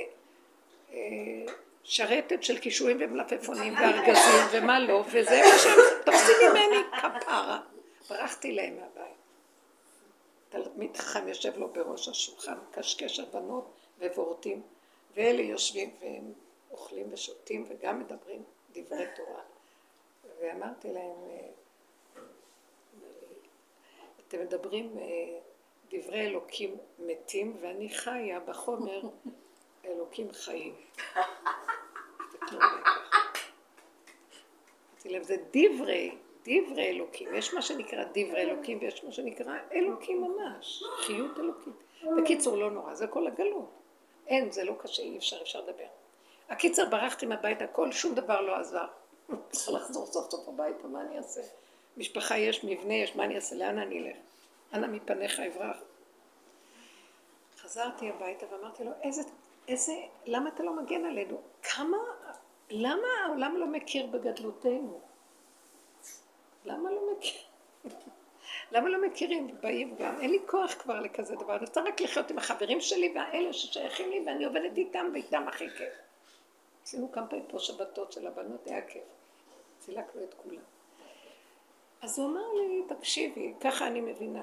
כשרתת של קישואים ומלפפונים וארגזים ומה לא, וזה מה שהם תופסים ממני כפרה. ברחתי להם מהבית. תלמיד חכם יושב לו בראש השולחן, קשקש הבנות ובורטים, ואלה יושבים והם אוכלים ושותים וגם מדברים דברי תורה. ואמרתי להם, אתם מדברים דברי אלוקים מתים, ואני חיה בחומר אלוקים חיים. תקנו לכך. אמרתי להם, זה דברי אלוקים. יש מה שנקרא דברי אלוקים, ויש מה שנקרא אלוקים ממש, חיות אלוקית. בקיצור, לא נורא, זה כל הגלות. אין, זה לא קשה, אי אפשר לדבר. הקיצר, ברחתי מהבית, הכל, שום דבר לא עזר. צריך לחזור סוף סוף הביתה, מה אני אעשה? משפחה יש, מבנה יש, מה אני אעשה? לאן אני אלך? אנא מפניך אברח. חזרתי הביתה ואמרתי לו, למה אתה לא מגן עלינו? למה העולם לא מכיר בגדלותנו? למה לא מכיר? למה לא מכירים? באים גם, אין לי כוח כבר לכזה דבר, אני רוצה רק לחיות עם החברים שלי והאלה ששייכים לי, ואני עובדת איתם ואיתם הכי כיף. עשינו כמה פעמים פה שבתות של הבנות, היה כיף. צילקנו את כולם. אז הוא אמר לי, תקשיבי, ככה אני מבינה.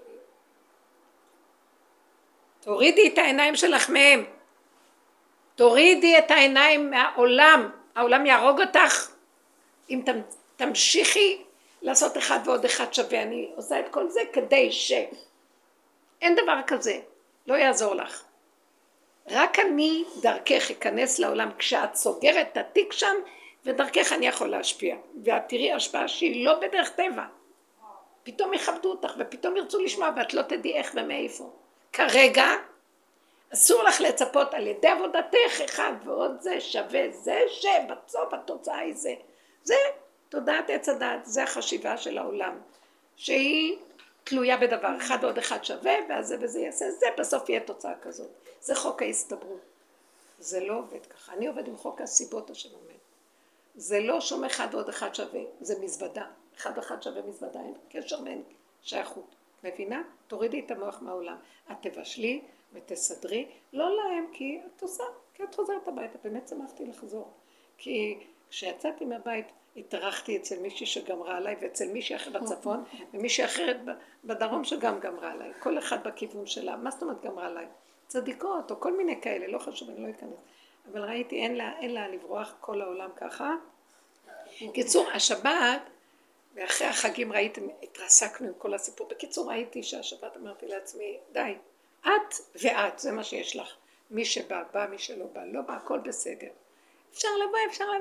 תורידי את העיניים שלך מהם. תורידי את העיניים מהעולם. העולם יהרוג אותך. אם תמשיכי לעשות אחד ועוד אחד שווה. אני עושה את כל זה כדי אין דבר כזה. לא יעזור לך. רק אני דרכך אכנס לעולם. כשאת סוגרת את התיק שם, ודרכך אני יכול להשפיע. ואת תראי השפעה שהיא לא בדרך טבע. פתאום יכבדו אותך ופתאום ירצו לשמוע ואת לא תדעי איך ומאיפה. כרגע אסור לך לצפות על ידי עבודתך אחד ועוד זה שווה זה שבסוף התוצאה היא זה. זה תודעת עץ הדעת, זה החשיבה של העולם. שהיא תלויה בדבר, אחד ועוד אחד שווה ואז זה וזה יעשה, זה בסוף יהיה תוצאה כזאת. זה חוק ההסתברות. זה לא עובד ככה. אני עובד עם חוק הסיבות השם עומד. זה לא שום אחד ועוד אחד שווה, זה מזוודה. אחד ואחד שווה מזוודה, אין קשר בין שייכות. מבינה? תורידי את המוח מהעולם. את תבשלי ותסדרי, לא להם כי את עושה, כי את חוזרת הביתה. באמת שמחתי לחזור. כי כשיצאתי מהבית, התארחתי אצל מישהי שגמרה עליי, ואצל מישהי אחרת בצפון, ומישהי אחרת בדרום שגם גמרה עליי. כל אחד בכיוון שלה. מה זאת אומרת גמרה עליי? צדיקות או כל מיני כאלה, לא חשוב, אני לא אכנס. אבל ראיתי, אין לה לברוח כל העולם ככה. קיצור, השבת, ואחרי החגים ראיתם, התרסקנו עם כל הסיפור. בקיצור, ראיתי שהשבת אמרתי לעצמי, די, את ואת, זה מה שיש לך. מי שבא, בא, מי שלא בא, לא בא, הכל בסדר. אפשר לבוא.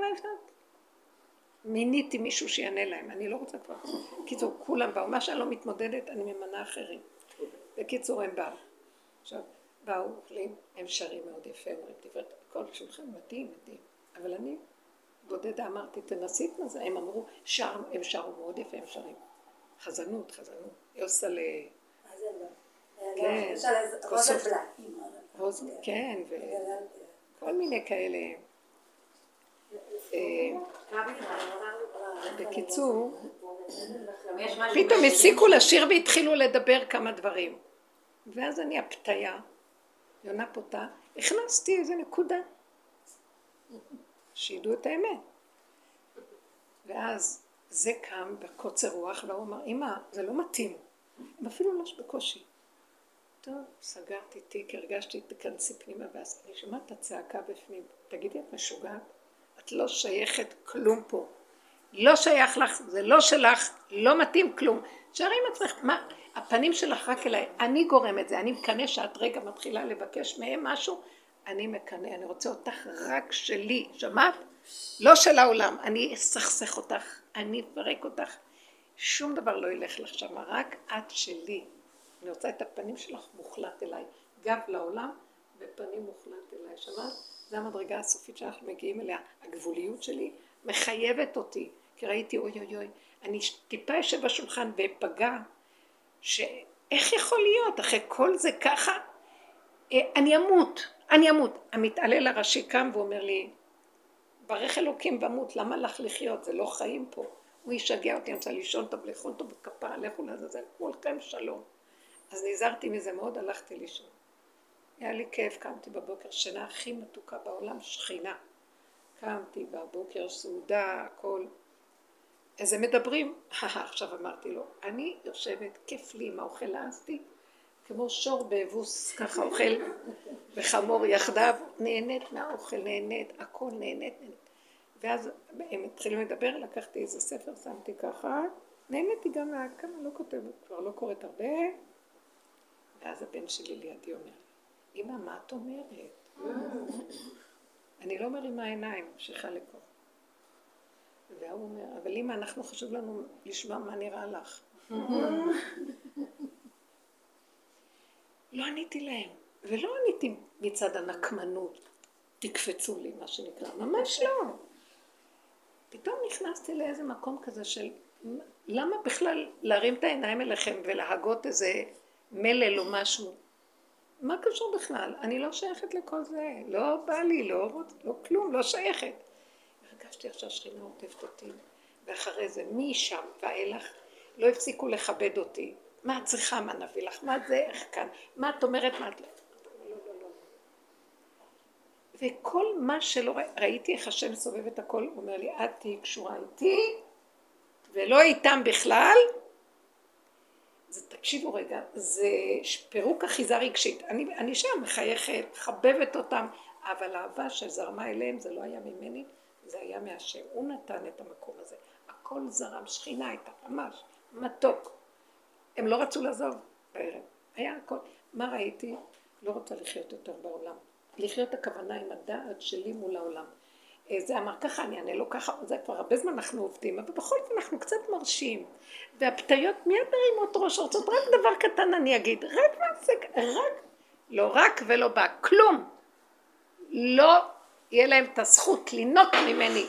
מיניתי מישהו שיענה להם, אני לא רוצה כבר. קיצור, כולם באו, מה שאני לא מתמודדת, אני ממנה אחרים. בקיצור, הם באו. עכשיו, באו, אוכלים, הם שרים מאוד יפה, אומרים דברת, הכל שולחן מדהים. אבל אני בודדה אמרתי, תנסי את זה, הם אמרו, הם שרו מאוד יפה, הם שרים. חזנות. היא עושה ל... אז זה לא. כן. למשל, רוזנבלט. כן, וכל מיני כאלה. בקיצור, פתאום הפסיקו לשיר והתחילו לדבר כמה דברים. ואז אני הפתיה, יונה פותה, הכנסתי איזה נקודה. שידעו את האמת. ואז זה קם בקוצר רוח, והוא אמר, אמא, זה לא מתאים. הם אפילו לא בקושי. טוב, סגרתי תיק, הרגשתי, תכנסי פנימה, ואז אני שומעת את הצעקה בפנים. תגידי, את משוגעת? את לא שייכת כלום פה. לא שייך לך, זה לא שלך, לא מתאים כלום. שערי עם עצמך, מה? הפנים שלך רק אליי, אני גורם את זה, אני מקנה שאת רגע מתחילה לבקש מהם משהו, אני מקנה, אני רוצה אותך רק שלי, שמעת? לא של העולם, אני אסכסך אותך, אני אפרק אותך, שום דבר לא ילך לך שם, רק את שלי. אני רוצה את הפנים שלך מוחלט אליי, גב לעולם ופנים מוחלט אליי, שמעת? זו המדרגה הסופית שאנחנו מגיעים אליה, הגבוליות שלי מחייבת אותי, כי ראיתי אוי, אני טיפה יושב בשולחן ופגע, שאיך יכול להיות, אחרי כל זה ככה, אני אמות. המתעלל הראשי קם ואומר לי, ברך אלוקים במות, למה לך לחיות? זה לא חיים פה. הוא ישגע אותי, אני רוצה לישון טוב, לאכול טוב בכפרה, לכו לעזאזל, כולכם שלום. אז נזהרתי מזה מאוד, הלכתי לישון. היה לי כיף, קמתי בבוקר, שינה הכי מתוקה בעולם, שכינה. קמתי בבוקר, סעודה, הכל. אז הם מדברים, עכשיו אמרתי לו, אני יושבת, כיף לי עם האוכל, לעזתי, כמו שור באבוס, ככה אוכל וחמור יחדיו, נהנית מהאוכל, נהנית, הכל נהנית. ואז הם התחילו לדבר, לקחתי איזה ספר, שמתי ככה, נהניתי גם כמה לא כותבת, כבר לא קוראת הרבה, ואז הבן שלי לידי אומר, אמא, מה את אומרת? אני לא מרימה עיניים, ממשיכה לקרוא. והוא אומר, אבל אמא, אנחנו חשוב לנו לשמוע מה נראה לך. לא עניתי להם, ולא עניתי מצד הנקמנות, תקפצו לי, מה שנקרא, ממש לא. פתאום נכנסתי לאיזה מקום כזה של, למה בכלל להרים את העיניים אליכם ולהגות איזה מלל או משהו? מה קשור בכלל? אני לא שייכת לכל זה, לא בא לי, לא כלום, לא שייכת. הרגשתי עכשיו שכינה עוטפת אותי, ואחרי זה משם ואילך לא הפסיקו לכבד אותי. מה את צריכה, מה נביא לך, מה זה, איך כאן, מה את אומרת, מה את לא. לא. וכל מה שלא ראיתי איך השם סובב את הכל, הוא אומר לי, את תהי קשורה איתי, ולא איתם בכלל. זה, תקשיבו רגע, זה פירוק אחיזה רגשית. אני שם מחייכת, חבבת אותם, אבל האהבה שזרמה אליהם זה לא היה ממני, זה היה מהשם. הוא נתן את המקום הזה. הכל זרם, שכינה הייתה, ממש, מתוק. הם לא רצו לעזוב בערב. היה הכל. מה ראיתי? לא רוצה לחיות יותר בעולם. לחיות הכוונה עם הדעת שלי מול העולם. זה אמר ככה, אני אענה לו ככה, זה כבר הרבה זמן אנחנו עובדים, אבל בכל זאת אנחנו קצת מרשים. והפתיות מיד מרימות ראש, רוצות רק דבר קטן אני אגיד, רק מעסק, לא רק ולא בא, כלום. לא יהיה להם את הזכות לינוק ממני.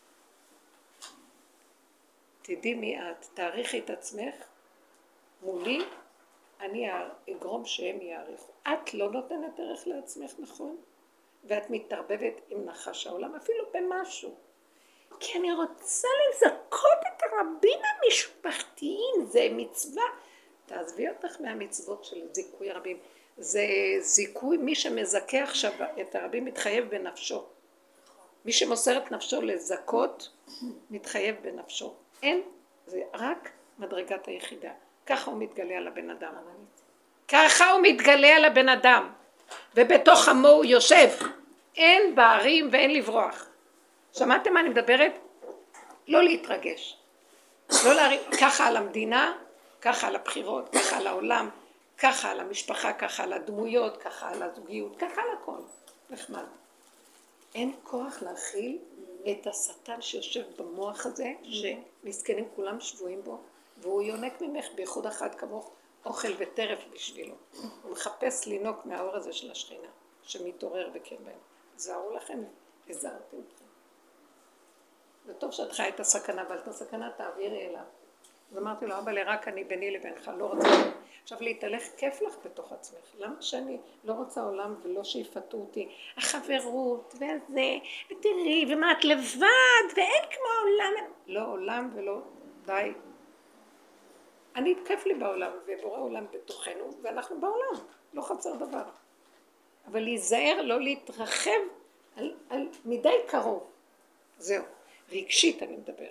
תדעי מי את, תעריכי את עצמך, מולי, אני אגרום שהם יעריכו. את לא נותנת ערך לעצמך, נכון? ואת מתערבבת עם נחש העולם, אפילו במשהו. כי אני רוצה לזכות את הרבים המשפחתיים, זה מצווה. תעזבי אותך מהמצוות של זיכוי הרבים. זה זיכוי, מי שמזכה עכשיו את הרבים מתחייב בנפשו. מי שמוסר את נפשו לזכות, מתחייב בנפשו. אין, זה רק מדרגת היחידה. ככה הוא מתגלה על הבן אדם. ככה הוא מתגלה על הבן אדם. ובתוך עמו הוא יושב. אין בערים ואין לברוח. שמעתם מה אני מדברת? לא להתרגש. לא להרים, ככה על המדינה, ככה על הבחירות, ככה על העולם, ככה על המשפחה, ככה על הדמויות, ככה על הזוגיות, ככה על הכל. נחמד. אין כוח להכיל את השטן שיושב במוח הזה, שמסכנים כולם שבועים בו, והוא יונק ממך בייחוד אחד כמוך, אוכל וטרף בשבילו. הוא מחפש לינוק מהאור הזה של השכינה, שמתעורר בקרבנו. זהרו לכם, הזהרתי אתכם. זה טוב שאת חיה את הסכנה, אבל את הסכנה תעבירי אליו. אז אמרתי לו, אבא, רק אני ביני לבינך, לא רוצה. עכשיו להתהלך, כיף לך בתוך עצמך. למה שאני לא רוצה עולם ולא שיפתו אותי? החברות והזה, ותראי, ומה את לבד, ואין כמו העולם. לא עולם ולא די. אני כיף לי בעולם, ובורא עולם בתוכנו, ואנחנו בעולם, לא חסר דבר. אבל להיזהר, לא להתרחב על מדי קרוב. זהו, רגשית אני מדבר.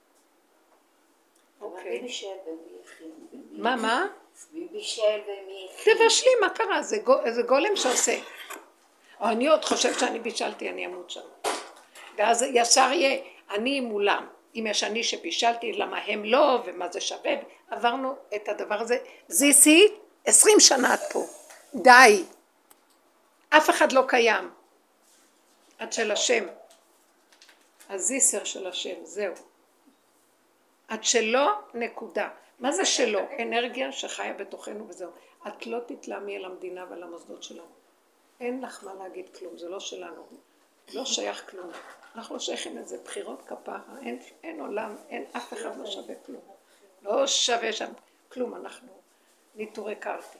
מי בישל ומי הכין? מה? מי בישל ומי הכין? תבשלי, מה קרה? זה גולם שעושה. אני עוד חושבת שאני בישלתי, אני אמות שם. ואז ישר יהיה, אני מולם. אם יש אני שבישלתי, למה הם לא, ומה זה שווה. עברנו את הדבר הזה. זיסי, 20 שנה את פה. די. אף אחד לא קיים. את של השם. הזיסר של השם, זהו. את שלו, נקודה. מה זה שלו? אנרגיה שחיה בתוכנו וזהו. את לא תתלמי על המדינה ועל המוסדות שלנו. אין לך מה להגיד כלום, זה לא שלנו. לא שייך כלום. אנחנו לא שייכים לזה, בחירות כפרה, אין עולם, אין אף אחד לא שווה כלום. לא שווה שם כלום, אנחנו ניטורי קרתי.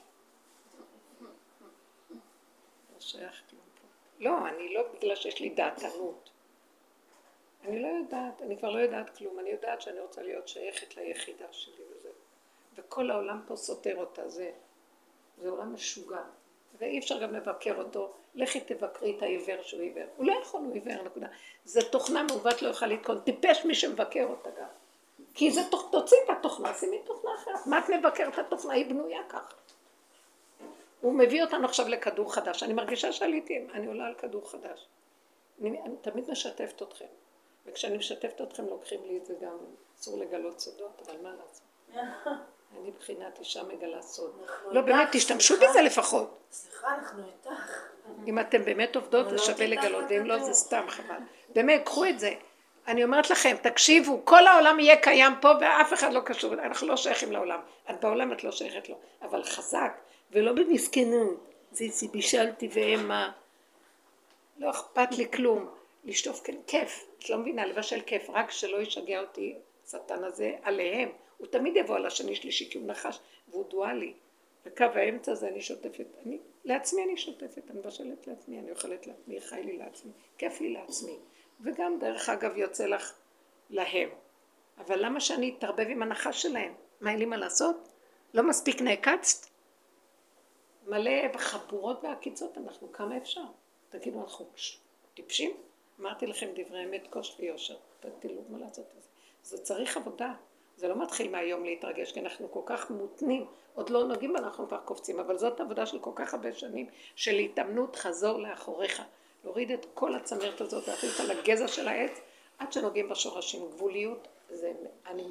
לא שייך כלום פה. לא, אני לא בגלל שיש לי דעתנות. אני לא יודעת, אני כבר לא יודעת כלום, אני יודעת שאני רוצה להיות שייכת ליחידה שלי וזה. וכל העולם פה סותר אותה, זה עולם משוגע. ואי אפשר גם לבקר אותו, לכי תבקרי את העיוור שהוא עיוור. הוא לא יכול, הוא עיוור, נקודה. זה תוכנה מעוות, לא יוכל להתקון, טיפש מי שמבקר אותה גם. כי זה תוציא את התוכנה, שימי תוכנה אחרת. מה את מבקרת את התוכנה? היא בנויה ככה. הוא מביא אותנו עכשיו לכדור חדש. אני מרגישה שעליתי, אני עולה על כדור חדש. אני תמיד משתפת אתכם. וכשאני משתפת אתכם לוקחים לי את זה גם, אסור לגלות סודות, אבל מה לעשות? אני בחינת אישה מגלה סוד. לא, באמת, תשתמשו בזה לפחות. סליחה, אנחנו איתך. אם אתם באמת עובדות, זה שווה לגלות, ואם לא, זה סתם חבל. באמת, קחו את זה. אני אומרת לכם, תקשיבו, כל העולם יהיה קיים פה, ואף אחד לא קשור, אנחנו לא שייכים לעולם. את בעולם, את לא שייכת לו. אבל חזק, ולא במסכנות. זה בישלתי והמה. לא אכפת לי כלום. לשטוף כן, כיף. את לא מבינה, לבשל כיף, רק שלא ישגע אותי שטן הזה עליהם. הוא תמיד יבוא על השני שלישי, כי הוא נחש, והוא דואלי. בקו האמצע הזה אני שוטפת. לעצמי אני שוטפת, אני מבשלת לעצמי, אני אוכלת לעצמי, חי לי לעצמי, כיף לי לעצמי. וגם דרך אגב יוצא לך להם. אבל למה שאני אתערבב עם הנחש שלהם? מה אין לי מה לעשות? לא מספיק נעקצת? מלא בחבורות והעקיצות אנחנו, כמה אפשר? תגידו, אנחנו טיפשים? אמרתי לכם דברי אמת, קוש ויושר, תתילו מה לעשות את זה. זה צריך עבודה, זה לא מתחיל מהיום להתרגש, כי אנחנו כל כך מותנים, עוד לא נוגעים ואנחנו כבר קופצים, אבל זאת עבודה של כל כך הרבה שנים, של התאמנות חזור לאחוריך, להוריד את כל הצמרת הזאת, להחליט על הגזע של העץ, עד שנוגעים בשורשים, גבוליות, זה, אני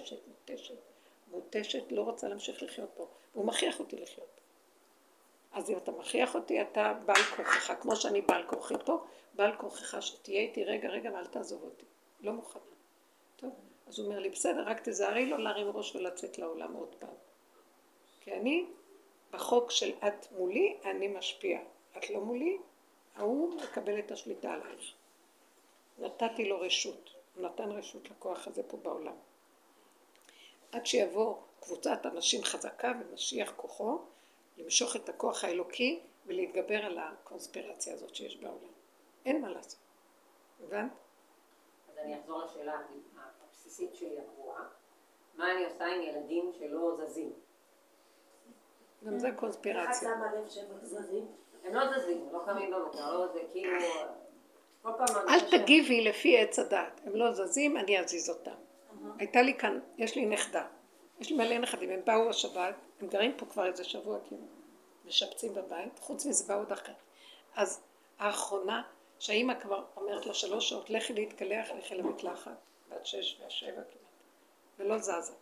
מותשת, לא רוצה להמשיך לחיות פה, והוא מכריח אותי לחיות פה. אז אם אתה מכריח אותי, אתה בעל כוחך, כמו שאני בעל כוחי פה, בעל כוחך שתהיה איתי רגע ואל תעזוב אותי. לא מוכנה. טוב, אז הוא אומר לי, בסדר, רק תזהרי לו להרים ראש ולצאת לעולם עוד פעם. כי אני, בחוק של את מולי, אני משפיע. את לא מולי, הוא מקבל את השליטה עלייך. נתתי לו רשות, הוא נתן רשות לכוח הזה פה בעולם. עד שיבוא קבוצת אנשים חזקה ומשיח כוחו, למשוך את הכוח האלוקי ולהתגבר על הקונספירציה הזאת שיש בעולם. אין מה לעשות. הבנת? אז אני אחזור לשאלה הבסיסית שלי הקבועה. מה אני עושה עם ילדים שלא זזים? גם זה קונספירציה. איך את שמה לב שהם זזים? הם לא זזים, לא קמים בבוקר, לא זה כאילו... כל פעם... אל תגיבי לפי עץ הדעת. הם לא זזים, אני אזיז אותם. הייתה לי כאן, יש לי נכדה. יש לי מלא נכדים, הם באו השבת, הם גרים פה כבר איזה שבוע, כי הם משפצים בבית, חוץ מזה באו עוד אחר. אז האחרונה, שהאימא כבר אומרת לה 3 שעות, לכי להתקלח, לכי למקלחת, בת 6 ו7 כמעט, ולא זזה.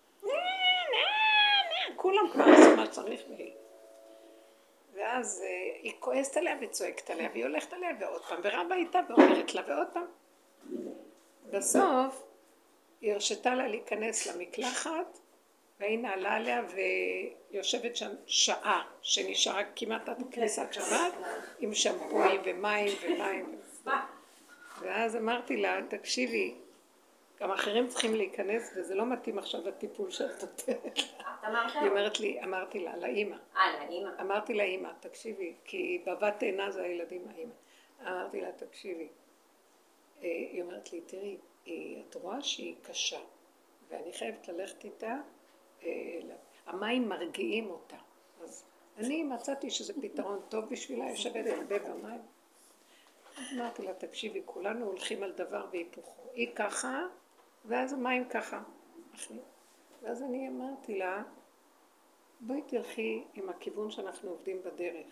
כולם כבר עשו מה שצריך והיא. ואז היא כועסת עליה וצועקת עליה, והיא הולכת עליה ועוד פעם, ורבה איתה ואומרת לה ועוד פעם. בסוף, היא הרשתה לה להיכנס למקלחת, והיא נעלה עליה ויושבת שם שעה, שנשארה כמעט עד כניסת שבת, עם שמפויים ומים. ואז אמרתי לה, תקשיבי, גם אחרים צריכים להיכנס, וזה לא מתאים עכשיו לטיפול שאת נותנת. היא אומרת לי, אמרתי לה, לאמא. לאמא. אמרתי לאמא, תקשיבי, כי בבת תאנה זה הילדים האמא. אמרתי לה, תקשיבי. היא אומרת לי, תראי, את רואה שהיא קשה, ואני חייבת ללכת איתה, המים מרגיעים אותה. אז אני מצאתי שזה פתרון טוב בשבילה, יושבת הרבה במים. אמרתי לה, תקשיבי, כולנו הולכים על דבר והיפוכו. היא ככה, ואז המים ככה. ואז אני אמרתי לה, בואי תלכי עם הכיוון שאנחנו עובדים בדרך.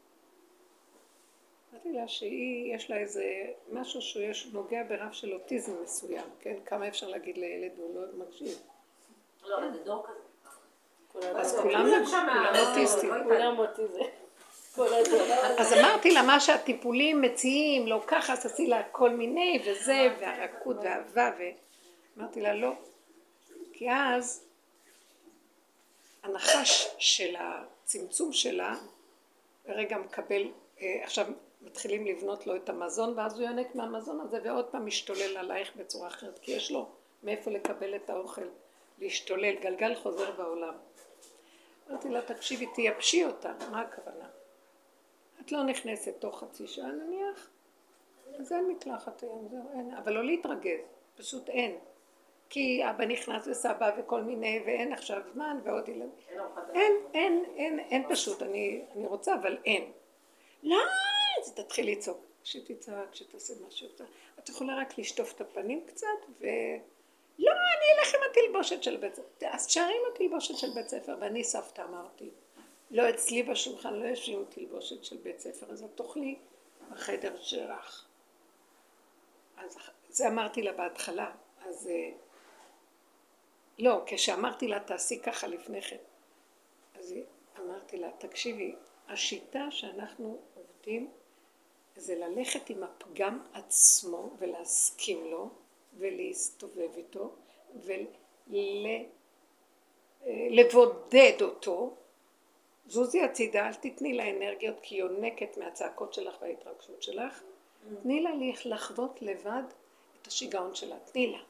אמרתי לה שהיא, יש לה איזה משהו שיש נוגע ברף של אוטיזם מסוים, כן? כמה אפשר להגיד לילד, הוא לא מקשיב. לא, זה דור כזה. אז כולם אוטיסטים. כולם אוטיזם. אז אמרתי לה, מה שהטיפולים מציעים, לא ככה, אז עשי לה כל מיני, וזה, והרקות והאהבה, אמרתי לה, לא. כי אז, הנחש של הצמצום שלה, ברגע מקבל, עכשיו מתחילים לבנות לו את המזון, ואז הוא יונק מהמזון הזה, ועוד פעם משתולל עלייך בצורה אחרת, כי יש לו מאיפה לקבל את האוכל, להשתולל, גלגל חוזר בעולם. אמרתי לה, תקשיבי, תייבשי אותה, מה הכוונה? את לא נכנסת תוך חצי שעה נניח, אז אין מקלחת היום, זהו, אין, אבל לא להתרגז, פשוט אין. כי אבא נכנס וסבא וכל מיני, ואין עכשיו זמן ועוד ילדים. אין פשוט, אני רוצה, אבל אין. לא, אז תתחיל לצעוק, שתצעק, שתעשה משהו. את יכולה רק לשטוף את הפנים קצת, לא, אני אלך עם התלבושת של בית ספר. אז שערי עם התלבושת של בית ספר, ואני סבתא אמרתי, לא אצלי בשולחן, לא יש עם תלבושת של בית ספר, אז את תאכלי בחדר שלך. אז זה אמרתי לה בהתחלה, אז לא, כשאמרתי לה תעשי ככה לפני כן, אז אמרתי לה, תקשיבי, השיטה שאנחנו עובדים זה ללכת עם הפגם עצמו ולהסכים לו ולהסתובב איתו ולבודד אותו. זוזי הצידה, אל תתני לה אנרגיות כי היא יונקת מהצעקות שלך וההתרגשות שלך. תני לה לחוות לבד את השיגעון שלה,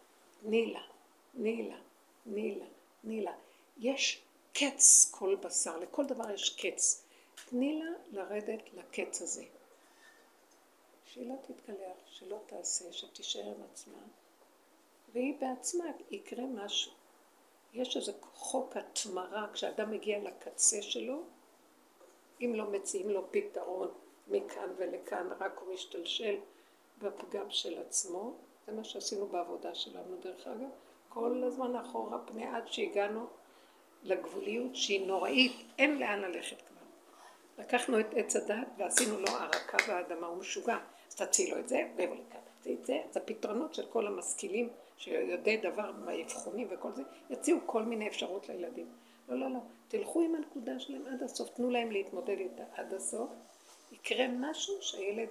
תני לה. יש קץ כל בשר, לכל דבר יש קץ. תני לה לרדת לקץ הזה. שהיא לא תתגלח, שלא תעשה, שתישאר עם עצמה. והיא בעצמה יקרה משהו. יש איזה חוק התמרה, כשאדם מגיע לקצה שלו, אם לא מציעים לו פתרון מכאן ולכאן, רק הוא משתלשל בפגם של עצמו. זה מה שעשינו בעבודה שלנו דרך אגב. כל הזמן אחורה פני עד שהגענו לגבוליות שהיא נוראית, אין לאן ללכת כבר. לקחנו את עץ הדת ועשינו לו הרקה באדמה, הוא משוגע. אז תציעי לו את זה, ויבוא לכאן, תציעי את זה. זה הפתרונות של כל המשכילים שיודעי דבר מהאבחונים וכל זה, יציעו כל מיני אפשרות לילדים. לא, תלכו עם הנקודה שלהם עד הסוף, תנו להם להתמודד איתה עד הסוף. יקרה משהו שהילד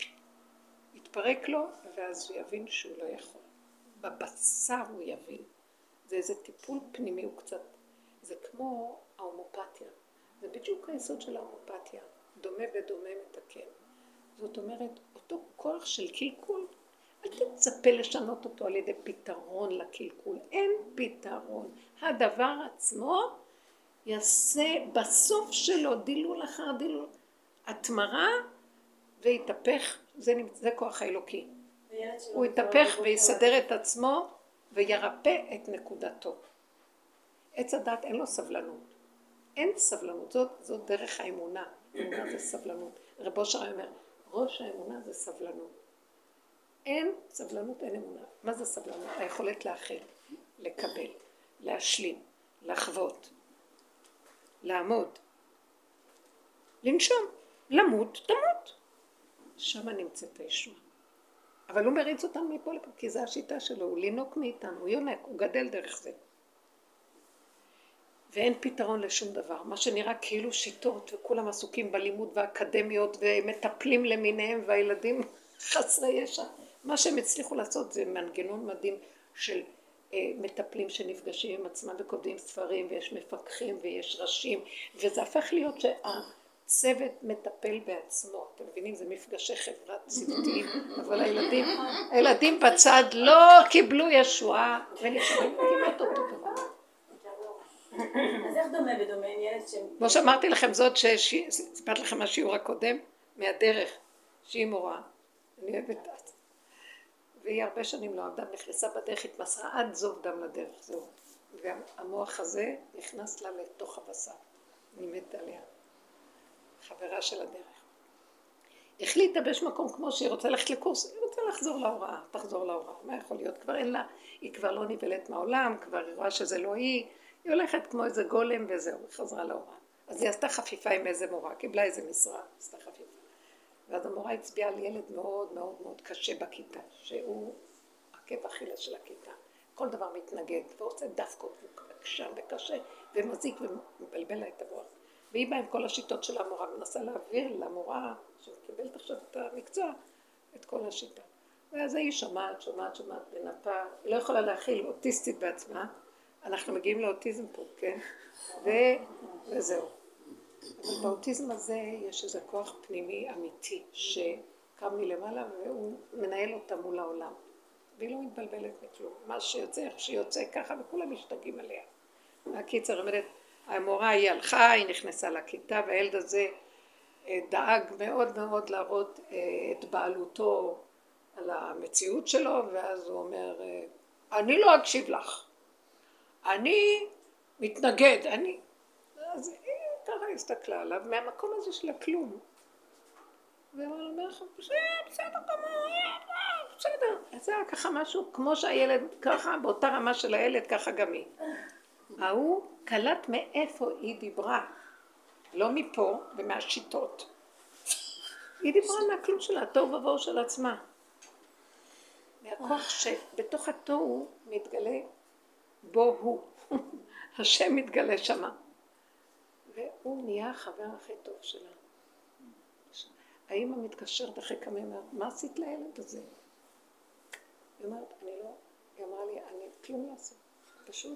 יתפרק לו, ואז הוא יבין שהוא לא יכול. בבשר הוא יבין. זה איזה טיפול פנימי, הוא קצת, זה כמו ההומופתיה. זה בדיוק היסוד של ההומופתיה. דומה ודומה מתקן. זאת אומרת, אותו כוח של קלקול, אל תצפה לשנות אותו על ידי פתרון לקלקול. אין פתרון. הדבר עצמו יעשה בסוף שלו דילול אחר דילול. התמרה ויתהפך, זה כוח האלוקי. הוא יתהפך ויסדר את עצמו וירפא את נקודתו. עץ הדת אין לו סבלנות. אין סבלנות, זאת דרך האמונה. אמונה זה סבלנות. רב אושר אומר, ראש האמונה זה סבלנות. אין סבלנות, אין אמונה. מה זה סבלנות? היכולת לאחר, לקבל, להשלים, לחוות, לעמוד, לנשום, למות, תמות. שם נמצאת הישועה. אבל הוא מריץ אותנו מפה לפה, כי זו השיטה שלו, הוא לינוק מאיתנו, הוא יונק, הוא גדל דרך זה. ואין פתרון לשום דבר. מה שנראה כאילו שיטות, וכולם עסוקים בלימוד והאקדמיות, ומטפלים למיניהם, והילדים חסרי ישע. מה שהם הצליחו לעשות זה מנגנון מדהים של מטפלים שנפגשים עם עצמם וכותבים ספרים, ויש מפקחים ויש ראשים, וזה הפך להיות שהצוות מטפל בעצמו. אתם מבינים, זה מפגשי חברה צוותיים, אבל הילדים הילדים בצד לא קיבלו ישועה ונשארים כמעט אותו דבר. אז איך דומה בדומה עם ילד כמו שאמרתי לכם זאת שסיפרת לכם השיעור הקודם מהדרך שהיא מורה, אני אוהבת את והיא הרבה שנים לא עבדה, נכנסה בדרך, התמסרה עד זוב דם לדרך, זהו. והמוח הזה נכנס לה לתוך הבשר, אני מת עליה, חברה של הדרך. החליטה באיש מקום כמו שהיא רוצה ללכת לקורס, היא רוצה לחזור להוראה, תחזור להוראה, מה יכול להיות? כבר אין לה, היא כבר לא נבלת מהעולם, כבר היא רואה שזה לא היא הולכת כמו איזה גולם וזהו, היא חזרה להוראה. אז היא עשתה חפיפה עם איזה מורה, קיבלה איזה משרה, עשתה חפיפה. ואז המורה הצביעה על ילד מאוד מאוד מאוד קשה בכיתה, שהוא עקב אכילס של הכיתה. כל דבר מתנגד, ורוצה דווקא וקשה, ומזיק ומבלבל לה את המוח. והיא באה עם כל השיטות של המורה, מנסה להעביר למורה, שקיבלת עכשיו את המקצוע, את כל השיטה. ואז היא שומעת, בנפה, היא לא יכולה להכיל, אוטיסטית בעצמה, אנחנו מגיעים לאוטיזם פה, כן? וזהו. אבל באוטיזם הזה יש איזה כוח פנימי אמיתי, שקם מלמעלה והוא מנהל אותה מול העולם. והיא לא מתבלבלת מכלום. מה שיוצא, איך שיוצא ככה, וכולם משתגעים עליה. הקיצר, המורה היא הלכה, היא נכנסה לכיתה, והילד הזה דאג מאוד מאוד להראות את בעלותו על המציאות שלו, ואז הוא אומר, אני לא אקשיב לך. אני מתנגד, אז היא ככה הסתכלה עליו, מהמקום הזה של הכלום. והוא אומר לך, בסדר גמור, בסדר. אז זה היה ככה משהו, כמו שהילד ככה, באותה רמה של הילד, ככה גם היא. הוא קלט מאיפה היא דיברה, לא מפה ומהשיטות. היא דיברה מהכלום שלה, התוהו ובוהו של עצמה. מהכוח שבתוך התוהו מתגלה בו הוא. השם מתגלה שמה. והוא נהיה החבר הכי טוב שלה. האמא מתקשרת אחרי כמה ימים, מה עשית לילד הזה? היא אומרת, היא אמרה לי, אני כלום לעשות, פשוט.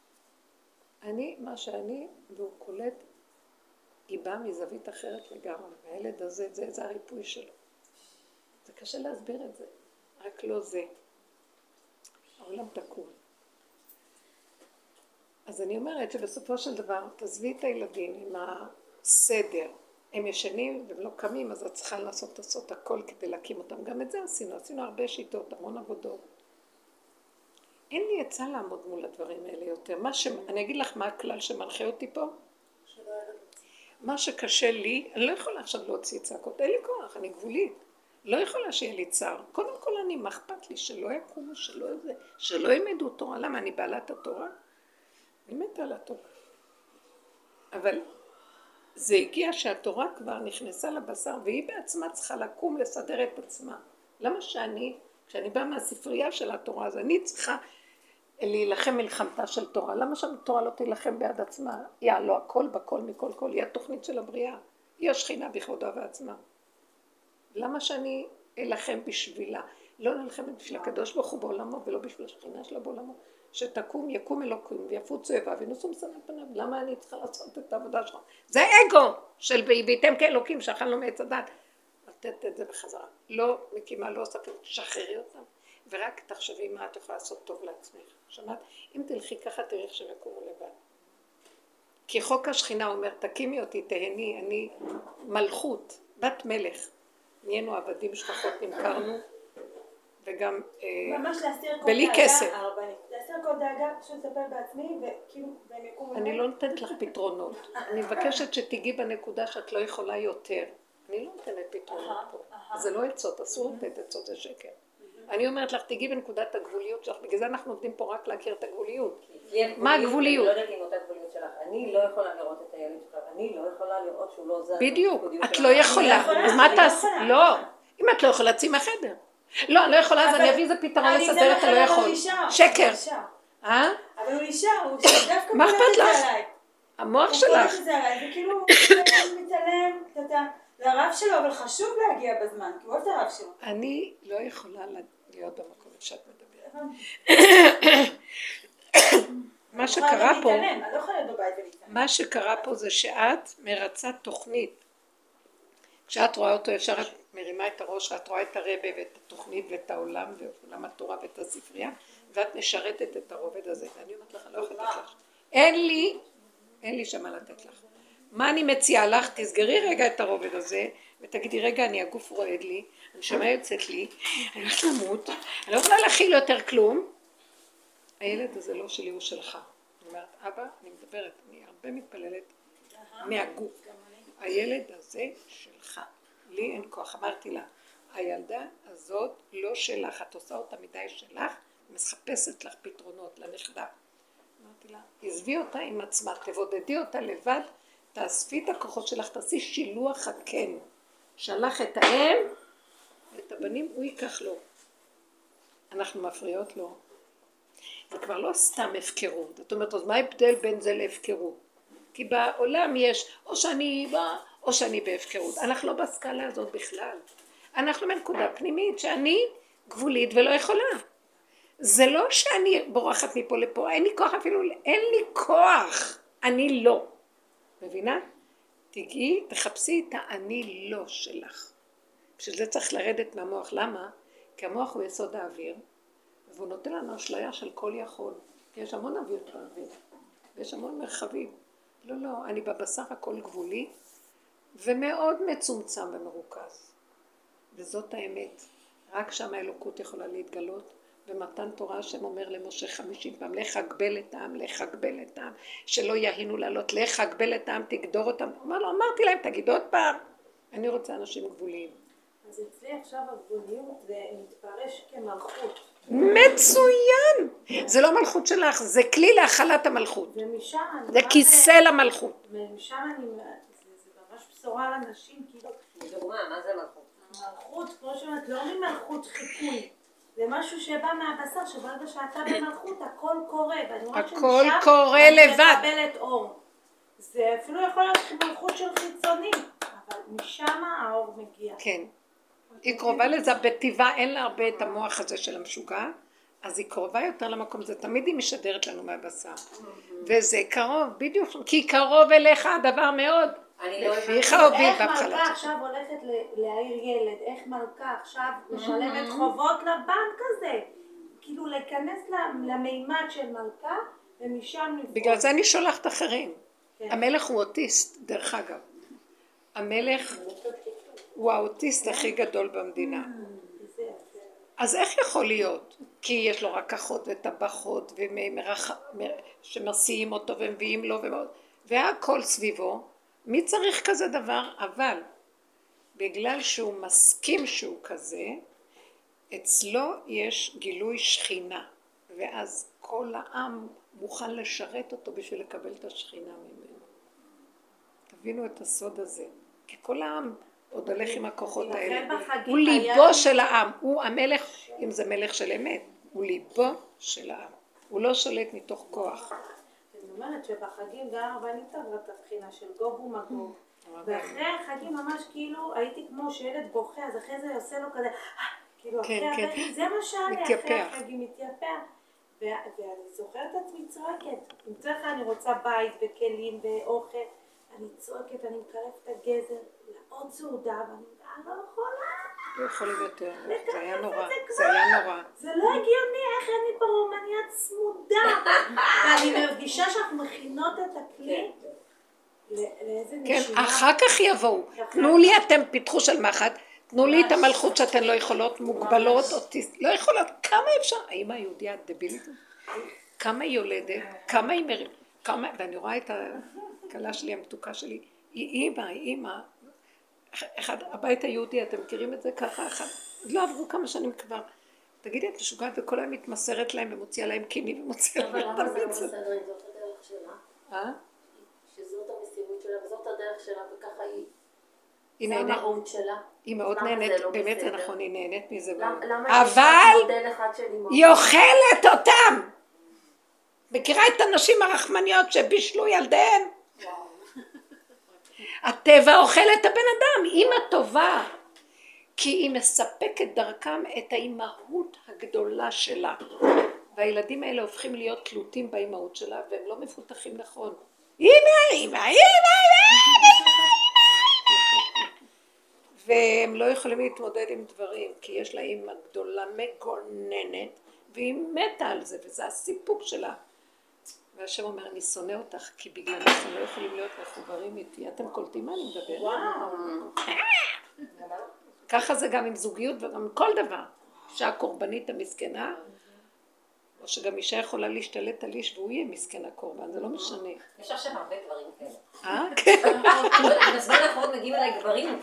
אני, מה שאני, והוא קולט, היא באה מזווית אחרת לגמרי, והילד הזה, זה הריפוי שלו. זה קשה להסביר את זה, רק לא זה. העולם תקום. אז אני אומרת שבסופו של דבר, תעזבי את הילדים עם הסדר. הם ישנים והם לא קמים, אז את צריכה לעשות הכל כדי להקים אותם. גם את זה עשינו הרבה שיטות, המון עבודות. אין לי עצה לעמוד מול הדברים האלה יותר. אני אגיד לך מה הכלל שמנחה אותי פה? מה שקשה לי, אני לא יכולה עכשיו להוציא צעקות, אין לי כוח, אני גבולית. לא יכולה שיהיה לי צער. קודם כל מה אכפת לי שלא יקומו, שלא ילמדו תורה. למה אני בעלת התורה? אני מתה על התורה. אבל זה הגיע שהתורה כבר נכנסה לבשר, והיא בעצמה צריכה לקום לסדר את עצמה. למה כשאני באה מהספרייה של התורה, אז אני צריכה להילחם מלחמתה של תורה. למה שהתורה לא תילחם בעד עצמה? לא הכל בכל מכל כל, היא התוכנית של הבריאה. היא השכינה בכבודה ועצמה. למה שאני אלחם בשבילה? לא נלחמת בשביל הקדוש ברוך הוא בעולמו, ולא בשביל השכינה שלה בעולמו. שתקום, יקום אלוקים, ויפוץ אוהביו, ונשאו מסמל פניו. למה אני צריכה לעשות את העבודה שלך? זה אגו של והייתם כאלוקים, שאכלנו מעץ הדת. לתת את זה בחזרה. לא מקימה, לא עושה, שחררי אותם. ורק תחשבי מה את יכולה לעשות טוב לעצמך. שמעת? אם תלכי ככה, תראי איך שהם יקומו לבד. כי חוק השכינה אומר, תקימי אותי, תהני, אני מלכות, בת מלך. נהיינו עבדים שפחות, נמכרנו, וגם בלי כסף. להסיר כל דאגה, פשוט לטפל בעצמי, וכאילו, והם יקומו. אני לא נותנת לך פתרונות. אני מבקשת שתיגעי בנקודה שאת לא יכולה יותר. אני לא נותנת פתרונות פה. זה לא עצות, אסור לתת עצות, זה שקר. אני אומרת לך, תיגעי בנקודת הגבוליות שלך, בגלל זה אנחנו עובדים פה רק להכיר את הגבוליות. מה הגבוליות? אני לא יודעת אם אותה גבוליות שלך. אני לא יכולה לראות את הילד שלך, אני לא יכולה לראות שהוא לא זז. בדיוק, את לא יכולה. אז מה תעשי? לא. אם את לא יכולה, צאי מהחדר. לא, אני לא יכולה, אז אני אביא איזה פתרון לסדר את הלא יכול. שקר. אבל הוא נשאר, הוא דווקא מה אכפת לך? המוח שלך. הוא קורא את זה עליי, וכאילו הוא מתעלם לרב שלו, אבל חשוב להגיע בזמן, כי הוא אוהב את הרב שלו. אני לא יכולה להיות במקום שאת מדברת. מה שקרה פה זה שאת מרצה תוכנית. כשאת רואה אותו ישר את מרימה את הראש, ואת רואה את הרבה ואת התוכנית ואת העולם ועולם התורה ואת הספרייה, ואת משרתת את הרובד הזה. ואני אומרת לך, לא יכולת לך. אין לי שמה לתת לך. מה אני מציעה לך? תסגרי רגע את הרובד הזה, ותגידי, רגע, הגוף רועד לי, הנשמה יוצאת לי, אני הולכת למות, אני לא יכולה להכיל יותר כלום. הילד הזה לא שלי, הוא שלך. אני אומרת, אבא, אני מדברת, אני הרבה מתפללת מהגוף. הילד הזה שלך. לי אין כוח. אמרתי לה, הילדה הזאת לא שלך, את עושה אותה מדי שלך, מחפשת לך פתרונות לנכדה. אמרתי לה, עזבי אותה עם עצמה, תבודדי אותה לבד, תאספי את הכוחות שלך, תעשי שילוח הכן. שלח את האם, את הבנים, הוא ייקח לו. אנחנו מפריעות לו. זה כבר לא סתם הפקרות. זאת אומרת, אז מה ההבדל בין זה להפקרות? כי בעולם יש, או שאני בא, או שאני בהפקרות. אנחנו לא בסקאלה הזאת בכלל. אנחנו בנקודה פנימית שאני גבולית ולא יכולה. זה לא שאני בורחת מפה לפה, אין לי כוח אפילו, אין לי כוח. אני לא. מבינה? תגיעי, תחפשי את האני לא שלך. בשביל זה צריך לרדת מהמוח. למה? כי המוח הוא יסוד האוויר, והוא נותן לנו אשליה של כל יכול. כי יש המון אוויר באוויר, ויש המון מרחבים. לא, לא, אני בבשר הכל גבולי, ומאוד מצומצם ומרוכז. וזאת האמת. רק שם האלוקות יכולה להתגלות, במתן תורה השם אומר למשה 50 פעם, לך הגבל את העם, לך הגבל את העם, שלא יהינו לעלות, לך הגבל את העם, תגדור אותם. אומר לו, אמרתי להם, תגיד עוד פעם. אני רוצה אנשים גבוליים. אז אצלי עכשיו הגבוליות זה מתפרש כמלכות. מצוין! זה לא מלכות שלך, זה כלי להחלת המלכות. ומשם אני... זה כיסא למלכות. ומשם אני... זה ממש בשורה לנשים, כאילו... דוגמה, מה זה מלכות? מלכות, כמו שאומרת, לא ממלכות חיקוי. זה משהו שבא מהבשר, שברגע שאתה במלכות, הכל קורה. הכל קורה לבד. אני מקבלת אור. זה אפילו יכול להיות מלכות של חיצוני, אבל משם האור מגיע. כן. היא קרובה לזה בטבעה, אין לה הרבה את המוח הזה של המשוגע, אז היא קרובה יותר למקום, זה תמיד היא משדרת לנו מהבשר. וזה קרוב, בדיוק, כי קרוב אליך הדבר מאוד. לפיך הוביל איך בהתחלה. מלכה עכשיו הולכת להעיר ילד, איך מלכה עכשיו משלמת חובות לבנק הזה, כאילו להיכנס למימד של מלכה ומשם לפעול. בגלל זה אני שולחת אחרים. המלך הוא אוטיסט, דרך אגב. המלך הוא האוטיסט הכי גדול במדינה. אז איך יכול להיות? כי יש לו רק אחות וטבחות שמסיעים אותו ומביאים לו והכל סביבו. מי צריך כזה דבר? אבל בגלל שהוא מסכים שהוא כזה, אצלו יש גילוי שכינה, ואז כל העם מוכן לשרת אותו בשביל לקבל את השכינה ממנו. תבינו את הסוד הזה, כי כל העם עוד הולך עם הכוחות האלה. הוא ליבו של העם, הוא המלך, אם זה מלך של אמת, הוא ליבו של העם. הוא לא שולט מתוך כוח. אני אומרת שבחגים גם הרבנית עברה את הבחינה של גוג ומגוג. ואחרי החגים ממש כאילו הייתי כמו שילד בוכה, אז אחרי זה עושה לו כזה, כאילו אחרי החגים, זה מה שעלי, אחרי החגים מתייפח. ואני זוכרת את עצמי צועקת. אם צריך אני רוצה בית וכלים ואוכל, אני צועקת, אני מקרבת את הגזר לעוד סעודה, ואני לא יכולה. לא יכולים יותר, זה היה נורא, זה היה נורא. זה לא הגיוני, איך אני ברומניה צמודה. ואני מרגישה שאנחנו מכינות את הכלי לאיזה נשימה. כן, אחר כך יבואו. תנו לי, אתם פיתחו של מחט, תנו לי את המלכות שאתן לא יכולות, מוגבלות, אוטיסט, לא יכולות, כמה אפשר? האמא היהודיה הדבילית? כמה היא יולדת, כמה היא מרים, ואני רואה את הקלה שלי, המתוקה שלי, היא אימא, אחד, הבית היהודי, אתם מכירים את זה ככה, אחד, לא עברו כמה שנים כבר, תגידי, את משוגעת וכל היום מתמסרת להם ומוציאה להם קיני ומוציאה להם את אבל למה זה לא בסדר אם זאת הדרך שלה? שזאת המסירות שלה וזאת הדרך שלה וככה היא, זה המהות שלה. היא מאוד נהנית, באמת זה נכון, היא נהנית מזה, אבל היא אוכלת אותם. מכירה את הנשים הרחמניות שבישלו ילדיהן? הטבע אוכל את הבן אדם, אימא טובה, כי היא מספקת דרכם את האימהות הגדולה שלה, והילדים האלה הופכים להיות תלותים באימהות שלה, והם לא מפותחים נכון. אימא, אימא, אימא, אימא, אימא, והם לא יכולים להתמודד עם דברים, כי יש לה אימא גדולה מגוננת, והיא מתה על זה, וזה הסיפוק שלה. והשם אומר, אני שונא אותך, כי בגללך אתם לא יכולים להיות מחוברים איתי. אתם קולטים מה אני מדברת? ככה זה גם עם זוגיות וגם עם כל דבר. אישה הקורבנית המסכנה, או שגם אישה יכולה להשתלט על איש והוא יהיה מסכן הקורבן, זה לא משנה. יש עכשיו הרבה גברים כאלה. כן. בזמן האחרון מגיעים אליי גברים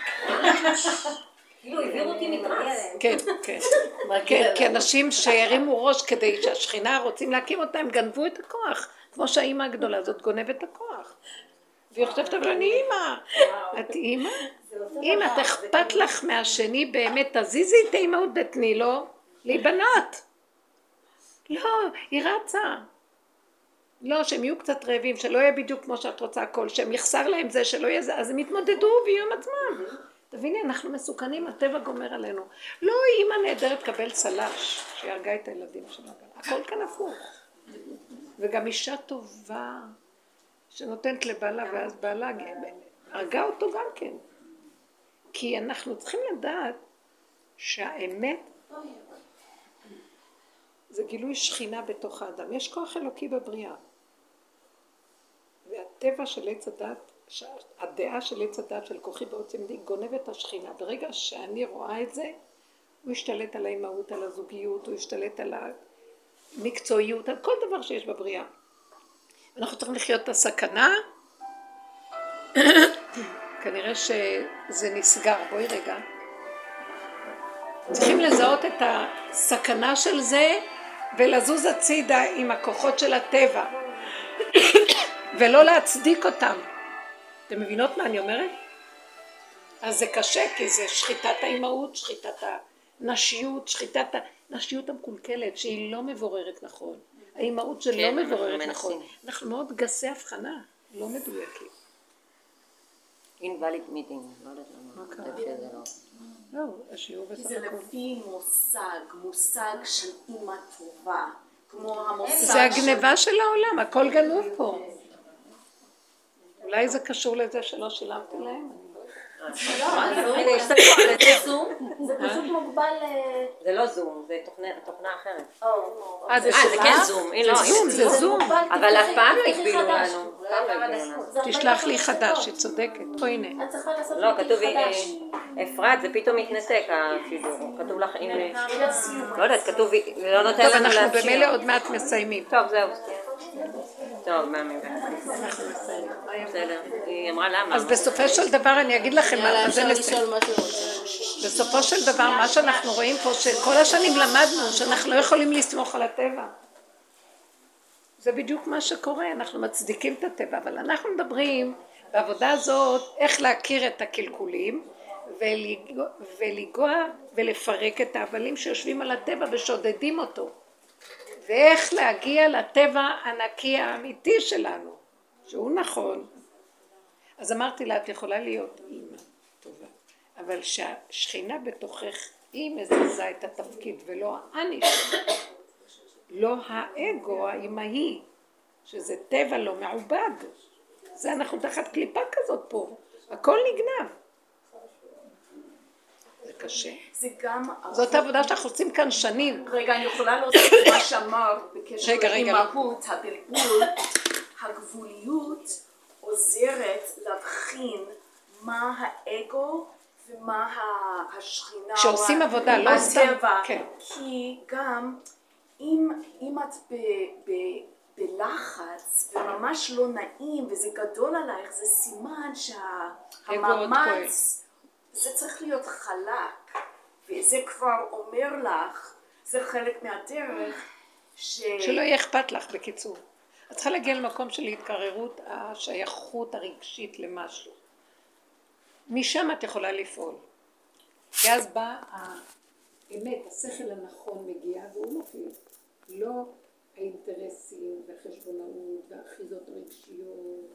כאילו העבירו אותי מטרס. כן, כן. כן, כי אנשים שהרימו ראש כדי שהשכינה רוצים להקים אותה, הם גנבו את הכוח. כמו שהאימא הגדולה הזאת גונבת את הכוח. והיא חושבת, אבל אני אימא. את אימא? אימא, תכפת לך מהשני באמת, תזיזי את האימהות ותני לו להיבנות. לא, היא רצה. לא, שהם יהיו קצת רעבים, שלא יהיה בדיוק כמו שאת רוצה הכל, שהם יחסר להם זה, שלא יהיה זה, אז הם יתמודדו ויהיו עם עצמם. תביני, אנחנו מסוכנים, הטבע גומר עלינו. לא, אימא נהדרת קבל צלש, שהרגה את הילדים שלה. הכל כאן הפוך. וגם אישה טובה, שנותנת לבעלה, ואז בעלה הרגה אותו גם כן. כי אנחנו צריכים לדעת שהאמת זה גילוי שכינה בתוך האדם. יש כוח אלוקי בבריאה. והטבע של עץ הדת, הדעה של עץ הדת של כוחי בעוצם די, גונב את השכינה. ברגע שאני רואה את זה, הוא ישתלט על האימהות, על הזוגיות, הוא ישתלט על המקצועיות, על כל דבר שיש בבריאה. אנחנו צריכים לחיות את הסכנה. כנראה שזה נסגר. בואי רגע. צריכים לזהות את הסכנה של זה ולזוז הצידה עם הכוחות של הטבע ולא להצדיק אותם. אתם מבינות מה אני אומרת? אז זה קשה כי זה שחיטת האימהות, שחיטת הנשיות, שחיטת הנשיות המקולקלת שהיא לא מבוררת נכון. האימהות שלא מבוררת נכון. אנחנו מאוד גסי הבחנה, לא מדויקים. invalid meeting, לא יודעת למה. שזה לא. לא, השיעור בסך הכל. זה לפי מושג של אימא טובה, כמו המושג זה הגניבה של העולם, הכל גנוב פה. אולי זה קשור לזה שלא שילמתי להם? זה פשוט מוגבל זה לא זום, זה תוכנה אחרת. זה כן זום, זה זום. אבל אף פעם לא הגבילו לנו. תשלח לי חדש, היא צודקת. פה הנה. את צריכה לעשות לא, כתוב חדש. אפרת, זה פתאום מתנתק השידור. כתוב לך, לא יודעת, כתוב, לא נותן טוב, לנו אנחנו להמשיך. במילא עוד מעט מסיימים. טוב, זהו. טוב, מאמי. בסדר, היא אמרה למה. אז בסופו של דבר אני אגיד לכם מה, בסופו של דבר מה שאנחנו רואים פה, שכל השנים למדנו שאנחנו לא יכולים לסמוך על הטבע. זה בדיוק מה שקורה, אנחנו מצדיקים את הטבע, אבל אנחנו מדברים בעבודה הזאת איך להכיר את הקלקולים ולגוע ולפרק את העבלים שיושבים על הטבע ושודדים אותו. ואיך להגיע לטבע הנקי האמיתי שלנו, שהוא נכון. אז אמרתי לה, את יכולה להיות אימא טובה, אבל שהשכינה בתוכך היא מזיזה את התפקיד ולא האני שלה, לא האגו האימהי, שזה טבע לא מעובד. זה אנחנו תחת קליפה כזאת פה, הכל נגנב. זה קשה. זה גם... זאת העבודה שאנחנו עושים כאן שנים. רגע, אני יכולה להוסיף מה שאמר בקשר לאימהות, הבלבול, הגבוליות עוזרת להבחין מה האגו ומה השכינה. שעושים עבודה, לא סתם. כן. כי גם אם את בלחץ וממש לא נעים וזה גדול עלייך, זה סימן שהמאמץ זה צריך להיות חלק, וזה כבר אומר לך, זה חלק מהדרך שלא יהיה אכפת לך בקיצור. את צריכה להגיע למקום של התקררות, השייכות הרגשית למשהו. משם את יכולה לפעול. כי אז בא האמת, השכל הנכון מגיע והוא מופיע. לא האינטרסים והחשבונאות והאחיזות הרגשיות.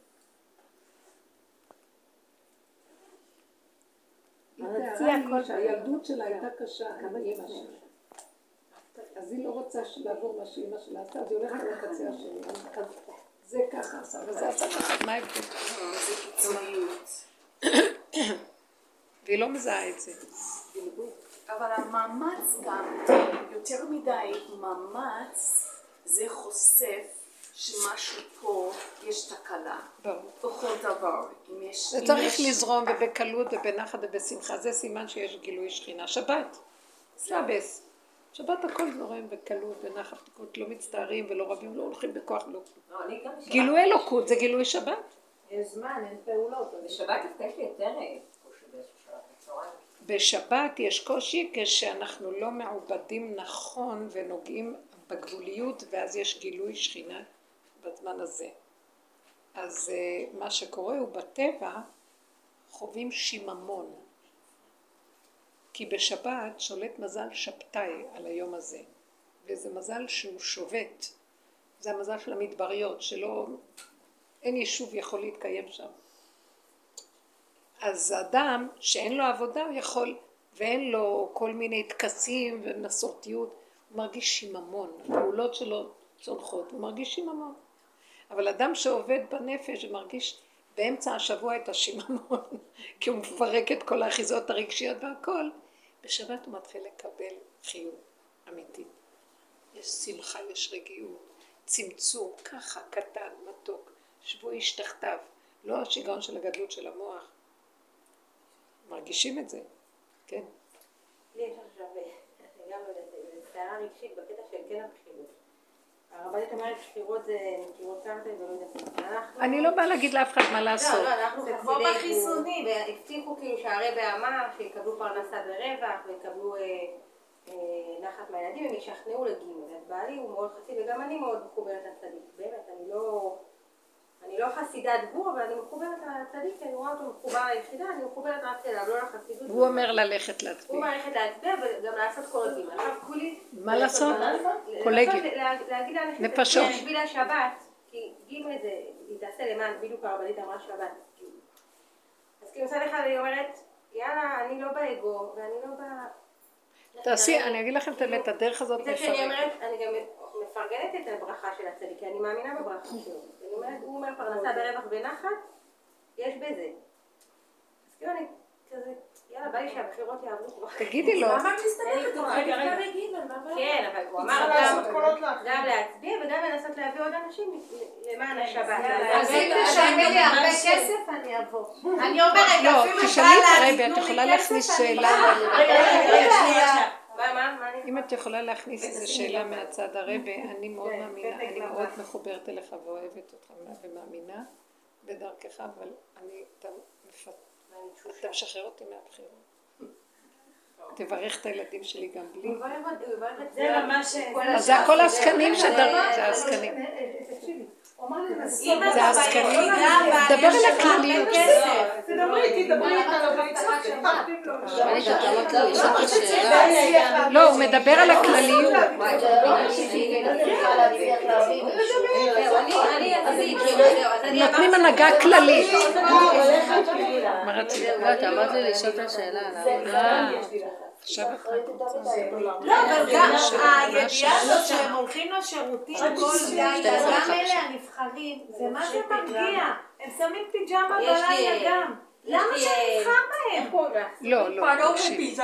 היא תיארה לי שהילדות שלה הייתה קשה עם אמא שלה. אז היא לא רוצה לעבור מה שאמא שלה עשתה, אז היא הולכת על הקצה השני. זה ככה עשה, וזה עשה ככה, מה ההבדל? זה קיצוניות. והיא לא מזהה את זה. אבל המאמץ גם, יותר מדי מאמץ, זה חושף שמשהו פה יש תקלה. בכל דבר. זה צריך לזרום ובקלות ובנחת ובשמחה. זה סימן שיש גילוי שכינה. שבת. סבס. שבת הכל זורם בקלות, בנחת, לא מצטערים ולא רבים, לא הולכים בכוח, לא. גילוי אלוקות זה גילוי שבת. יש זמן, אין פעולות. בשבת יש לי יותר קושי בצהריים. בשבת יש קושי כשאנחנו לא מעובדים נכון ונוגעים בגבוליות, ואז יש גילוי שכינה בזמן הזה. אז מה שקורה הוא בטבע חווים שיממון. כי בשבת שולט מזל שבתאי על היום הזה. וזה מזל שהוא שובת. זה המזל של המדבריות, שלא, אין יישוב יכול להתקיים שם. אז אדם שאין לו עבודה הוא יכול, ואין לו כל מיני תקסים ומסורתיות, הוא מרגיש שיממון. הפעולות שלו צונחות, הוא מרגיש שיממון. אבל אדם שעובד בנפש ומרגיש באמצע השבוע את השיממון, כי הוא מפרק את כל האחיזות הרגשיות והכל, בשבת הוא מתחיל לקבל חיוב אמיתי. יש שמחה, יש רגיעות, צמצום, ככה, קטן, מתוק, שבו איש תחתיו, לא השיגעון של הגדלות של המוח. מרגישים את זה, כן. לי יש עכשיו, גם סערה רגשית בקטע של כן הבחירות. הרבנית אומרת בחירות זה נקירות קרטל ולא יודעת. אני לא באה להגיד לאף אחד מה לעשות. לא, אנחנו זה כמו בחיסונים, והבטיחו כאילו שהרבא אמר שיקבלו פרנסה ברווח ויקבלו נחת מהילדים, הם ישכנעו לגימל. אז בעלי הוא מאוד חסיד וגם אני מאוד מחוברת לצדיק. באמת, אני לא חסידת גור, אבל אני מחוברת לצדיק, אני רואה אותו מחובר ליחידה, אני מחוברת רק אליו, לא לחסידות. הוא אומר ללכת להצביע. הוא אומר ללכת להצביע וגם לעשות קולגים. עכשיו כולי... מה לעשות? קולגים. להגיד לאנשים... נפשות. בשביל השבת, כי גימל זה, היא תעשה למען, בדיוק הרבנית אמרה שבת. אז כאילו מצד אחד אני אומרת, יאללה, אני לא באגו, ואני לא ב... תעשי, אני אגיד לכם את האמת, הדרך הזאת מפרגנת. מצד שאני אומרת, אני גם מפרגנת את הברכה של הצדיק, כי אני מאמינה בברכה שלו. הוא אומר פרנסה ברווח ונחת, יש בזה. אז כאילו אני כזה, יאללה, בא לי שהבחירות יעברו. תגידי לו. למה את מסתכלת אותו? כן, אבל הוא אמר גם להצביע וגם לנסות להביא עוד אנשים למען השבת. אז אם תשלמי לי הרבה כסף, אני אבוא. אני אומרת, לא, אפילו תשאלי את הרבי, את יכולה להכניס שאלה. אם את יכולה להכניס איזו שאלה מהצד הרבי, אני מאוד מאמינה, אני מאוד מחוברת אליך ואוהבת אותך ומאמינה בדרכך, אבל אתה משחרר אותי מהבחירות. תברך את הילדים שלי גם בלי. זה ממש... אז זה הכל העסקנים זה העסקנים. זה העסקנים. דבר על הכלליות. תדברי על לא, הוא מדבר על הכלליות. נותנים הנהגה כללית. מה רצית? לא, אתה אמרת לי לשאול את השאלה. עכשיו את רק רוצה. לא, אבל גם הידיעה הזאת שהם הולכים לשירותים כל לילה, גם אלה הנבחרים, זה מה זה מרגיע. הם שמים פיג'מה בלילה גם. למה שנבחר בהם? לא, תקשיב.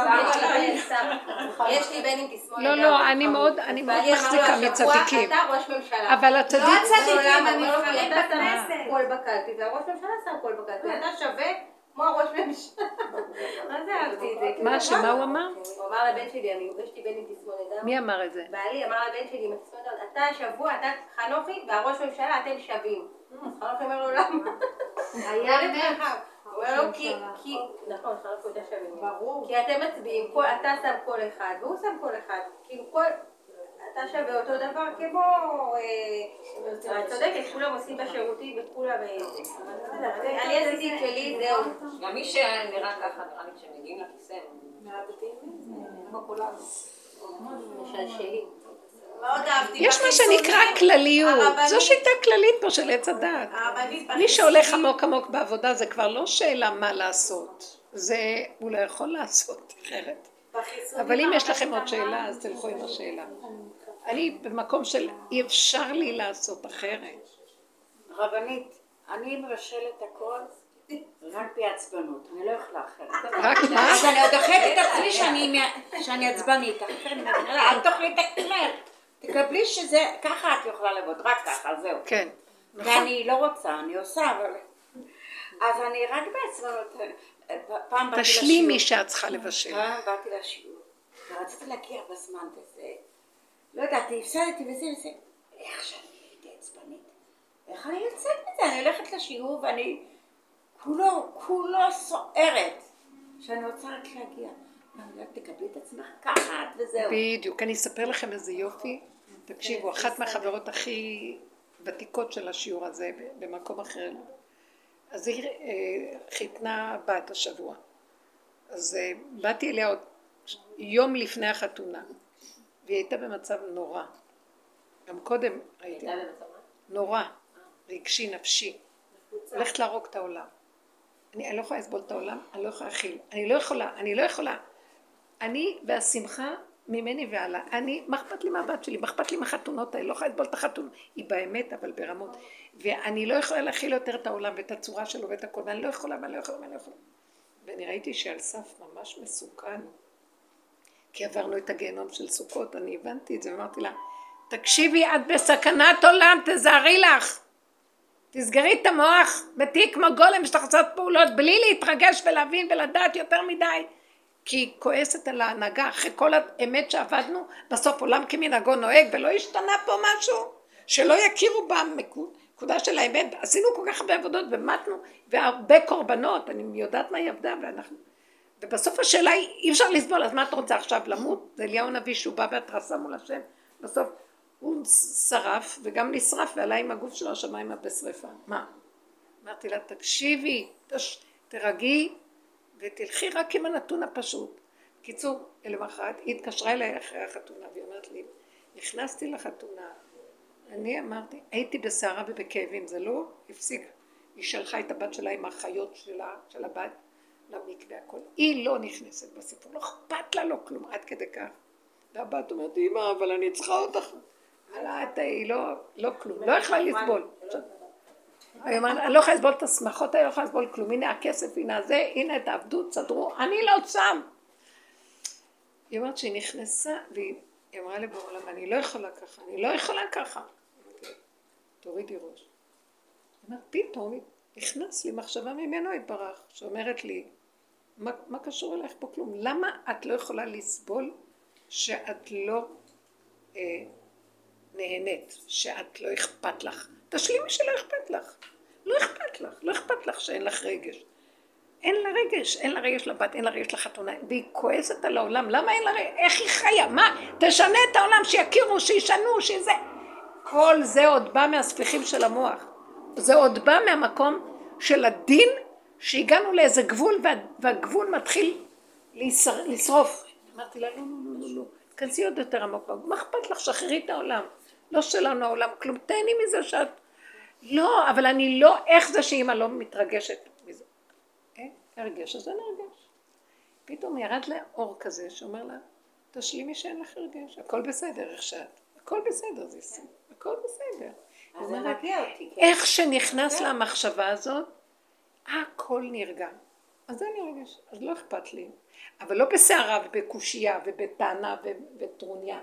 יש לי בן עם תסמונת. לא, אני מאוד מחזיקה מצדיקים. אתה ראש ממשלה. אבל הצדיק... לא הצדיקים, הנבחרים בכנסת. קול בקלפי, והראש ממשלה שם קול בקלפי. אתה שווה כמו הראש ממשלה. מה זה אהבתי את זה? מה הוא אמר? הוא אמר לבן שלי, יש לי בן עם תסמונת דם. מי אמר את זה? בעלי אמר לבן שלי עם תסמונת דם, אתה שבוע, אתה חנוכי, והראש ממשלה, אתם שווים. חנוכי אומר לו למה? היה נרחב. הוא אומר לו כי... נכון, חנוכי יותר שווים. ברור. כי אתם מצביעים, אתה שם קול אחד, והוא שם קול אחד. כאילו כל... אתה שווה אותו דבר כמו... את צודקת, כולם עושים בשירותים וכולם... אני עשיתי את שלי, זהו. גם מי שנראה ככה, נראה לי כשהם מגיעים לכיסא. כמו כולם. למשל שלי. יש מה שנקרא כלליות. זו שיטה כללית פה של עץ הדעת. מי שהולך עמוק עמוק בעבודה זה כבר לא שאלה מה לעשות. זה הוא לא יכול לעשות אחרת. אבל אם יש לכם עוד שאלה, אז תלכו עם השאלה. אני במקום של אי אפשר לי לעשות אחרת. רבנית, אני מבשלת הכל, רק בעצבנות, אני לא יכולה אחרת. רק מה? אז אני עוד אוכלת את עצמי שאני עצבנית. אל תאכלי את עצמך. תקבלי שזה, ככה את יכולה לעבוד, רק ככה, זהו. כן. ואני לא רוצה, אני עושה, אבל... אז אני רק בעצבנות. פעם באתי לשיעור. תשלימי שאת צריכה לבשל. פעם באתי לשיעור. ורציתי להגיע בזמן וזה. לא יודעתי, הפסדתי וזה. איך שאני הייתי עצבנית. איך אני יוצאת מזה? אני הולכת לשיעור ואני... כולו סוערת. שאני רוצה רק להגיע. אני רק תקבלי את עצמך ככה וזהו. בדיוק. אני אספר לכם איזה יופי. תקשיבו, אחת מהחברות הכי ותיקות של השיעור הזה במקום אחר. אז היא חיתנה בת השבוע. אז באתי אליה עוד יום לפני החתונה. והיא הייתה במצב נורא. גם קודם ראיתי. נורא. רגשי, נפשי. הולכת להרוג את העולם. אני לא יכולה לסבול את העולם, אני לא יכולה להכיל. אני לא יכולה. אני והשמחה ממני ועלה. מה אכפת לי מהבת שלי? מה אכפת לי מהחתונות האלה? לא יכולה לסבול את החתונה. היא באמת, אבל ברמות. ואני לא יכולה להכיל יותר את העולם ואת הצורה שלו ואת הכל. ואני לא יכולה. ואני ראיתי שעל סף ממש מסוכן. כי עברנו את הגיהנום של סוכות, אני הבנתי את זה, ואמרתי לה, תקשיבי, את בסכנת עולם, תזהרי לך. תסגרי את המוח, ותהי כמו גולם שתחצות פעולות, בלי להתרגש ולהבין ולדעת יותר מדי. כי היא כועסת על ההנהגה, אחרי כל האמת שעבדנו, בסוף עולם כמנהגו נוהג, ולא השתנה פה משהו, שלא יכירו בנקודה של האמת. עשינו כל כך הרבה עבודות ומתנו, והרבה קורבנות, אני יודעת מה היא עבדה, ובסוף השאלה היא, אי אפשר לסבול, אז מה את רוצה עכשיו למות? זה אליהו הנביא שהוא בא בהתרסה מול השם, בסוף הוא שרף וגם נשרף, ועלה עם הגוף שלו השמיים בשריפה. מה? אמרתי לה, תקשיבי, תרגי, ותלכי רק עם הנתון הפשוט. קיצור, למחרת, היא התקשרה אליי אחרי החתונה, והיא אומרת לי, נכנסתי לחתונה, אני אמרתי, הייתי בסערה ובכאבים, זה לא הפסיק. היא שלחה את הבת שלה עם החיות שלה, של הבת, למקווה הכל. היא לא נכנסת בסיפור, לא אכפת לה, לא כלום, עד כדי כך. והבת אומרת, אמא, אבל אני צריכה אותך. היא לא כלום, לא יכולה לסבול. היא אומרת, אני לא יכולה לסבול את השמחות, אני לא יכולה לסבול כלום. הנה הכסף, הנה זה, הנה את העבדות, סדרו, אני לא שם. היא אומרת שהיא נכנסה, והיא אמרה לבעולם, אני לא יכולה ככה, אני לא יכולה ככה. תורידי ראש. היא אומרת, פתאום נכנס לי מחשבה ממנו התברך, שאומרת לי, מה קשור אליך פה כלום? למה את לא יכולה לסבול שאת לא נהנית, שאת לא אכפת לך? תשלימי שלא אכפת לך. לא אכפת לך שאין לך רגש. אין לה רגש לבת, אין לה רגש לחתונה, והיא כועסת על העולם. למה אין לה רגש? איך היא חיה? מה? תשנה את העולם, שיכירו, שישנו, שזה... כל זה עוד בא מהספיחים של המוח. זה עוד בא מהמקום של הדין, שהגענו לאיזה גבול, והגבול מתחיל לשרוף. אמרתי לה, לא. כנסי עוד יותר עמוק. מה אכפת לך? שחררי את העולם. לא שלנו העולם, כלום. תהני מזה שאת... לא, אבל אני לא... איך זה שאמא לא מתרגשת מזה? הרגש, אז אני הרגש. פתאום ירד לה אור כזה, שאומר לה, תשלימי שאין לך הרגש. הכל בסדר, איך שאת. הכל בסדר, זה יסים. הכל בסדר. אז זה מגיע אותי. איך שנכנס למחשבה הזאת, הכל נרגע. אז זה נרגש, אז לא אכפת לי. אבל לא בסערה ובקושייה ובטענה וטרוניה.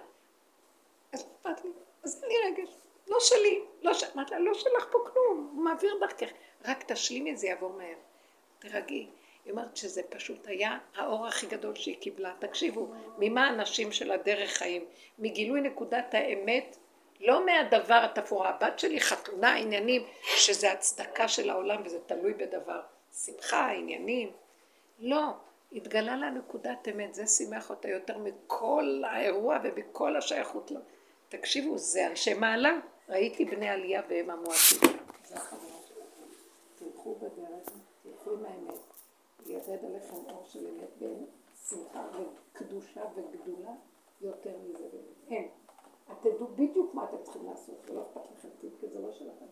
אז לא אכפת לי, אז זה נרגש. לא שלי, לא שלך פה כלום, הוא מעביר דרכך. רק תשלימי, זה יעבור מהר. תרגעי. היא אומרת שזה פשוט היה האור הכי גדול שהיא קיבלה. תקשיבו, ממה האנשים של הדרך חיים? מגילוי נקודת האמת, לא מהדבר התפורה. הבת שלי חתונה, עניינים, שזה הצדקה של העולם וזה תלוי בדבר. שמחה, עניינים. לא, התגלה לה נקודת אמת, זה שימח אותה יותר מכל האירוע ובכל השייכות לו. תקשיבו, זה אנשי מעלה. ראיתי בני עלייה והם המועטים. זה החברה שלכם. תלכו בדרך, תלכו עם האמת. ירד עליכם אור של אמת בין שמחה וקדושה וגדולה יותר מזה באמת. אין. את תדעו בדיוק מה אתם צריכים לעשות, ולא אכפת לכם טיפ, כי זה לא שלכם.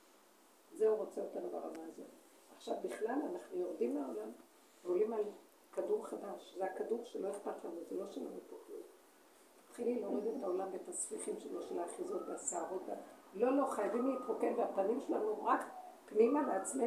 זהו רוצה אותנו ברמה הזאת. עכשיו בכלל אנחנו יורדים מהעולם, ועולים על כדור חדש. זה הכדור שלא אכפת לנו, זה לא שלנו פה כלום. תתחילי להוריד את העולם ואת הספיחים שלו, של האחיזות והסערות. לא, חייבים להתרוקן, והפנים שלנו רק פנימה לעצמנו,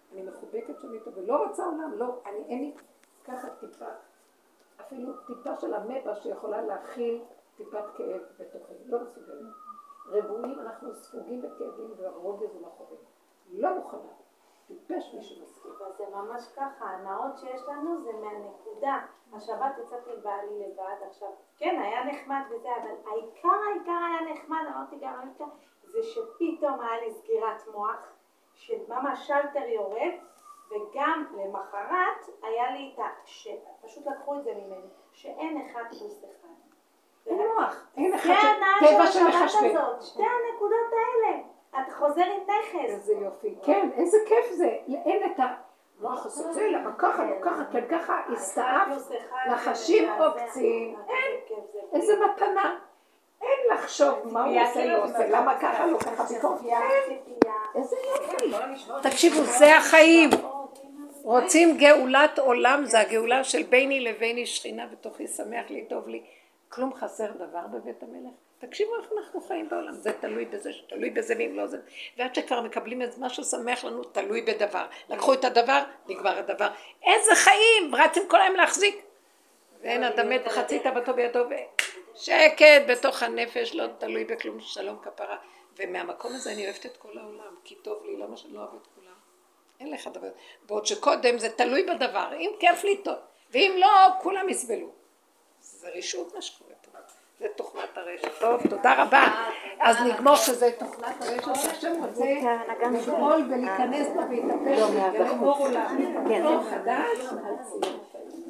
אני מחובקת שם איתו ולא רוצה עולם, לא, אין לי ככה טיפה, אפילו טיפה של המבע שיכולה להכיל טיפת כאב בתוכי, לא מסוגלים. רבועים אנחנו ספוגים בכאבים והרוגז ומחורים. לא מוכנה. טיפש מי שמסכים. וזה ממש ככה, הנאות שיש לנו זה מהנקודה. השבת יצאתי עם בעלי לבד עכשיו. כן, היה נחמד וזה, אבל העיקר היה נחמד, אמרתי גם העיקר, זה שפתאום היה לי סגירת מוח, שממש שלטר יורד, וגם למחרת היה לי את פשוט לקחו את זה ממני, שאין 1+1. אין מוח, אין אחד טבע שמחשבים. שתי הנקודות האלה, את חוזר עם נכס. איזה יופי, כן, איזה כיף זה, אין את המוח עושה זה, למה ככה, לא ככה, כן ככה, הסתעף, נחשים עוקצים, אין, איזה מתנה, אין לחשוב מה הוא עושה, לא עושה, למה ככה, לא ככה, ביקור, אין, איזה יופי. תקשיבו, זה החיים. רוצים גאולת עולם, זה הגאולה של ביני לביני שכינה בתוכי, שמח לי, טוב לי. כלום חסר דבר בבית המלך. תקשיבו איך אנחנו חיים בעולם, זה תלוי בזה, תלוי בזה ואם לא זה. ועד שכבר מקבלים את משהו שמח לנו, תלוי בדבר. לקחו את הדבר, נגמר הדבר. איזה חיים, רצים כל היום להחזיק. ואין אדמת וחצי תאוותו בידו, שקט בתוך הנפש, לא תלוי בכלום, שלום כפרה. ומהמקום הזה אני אוהבת את כל העולם, כי טוב לי, למה שאני לא אוהב את כולם? אין לך דבר. בעוד שקודם זה תלוי בדבר, אם כיף לי טוב, ואם לא, כולם יסבלו. זה רישות מה שקורה פה. זה תוכנת הרשת. טוב, תודה רבה. אז נגמור שזה תוכנת הרשת, השם רוצה לגמול ולהיכנס בה והתאפש ולגמור עולם. טוב חדש.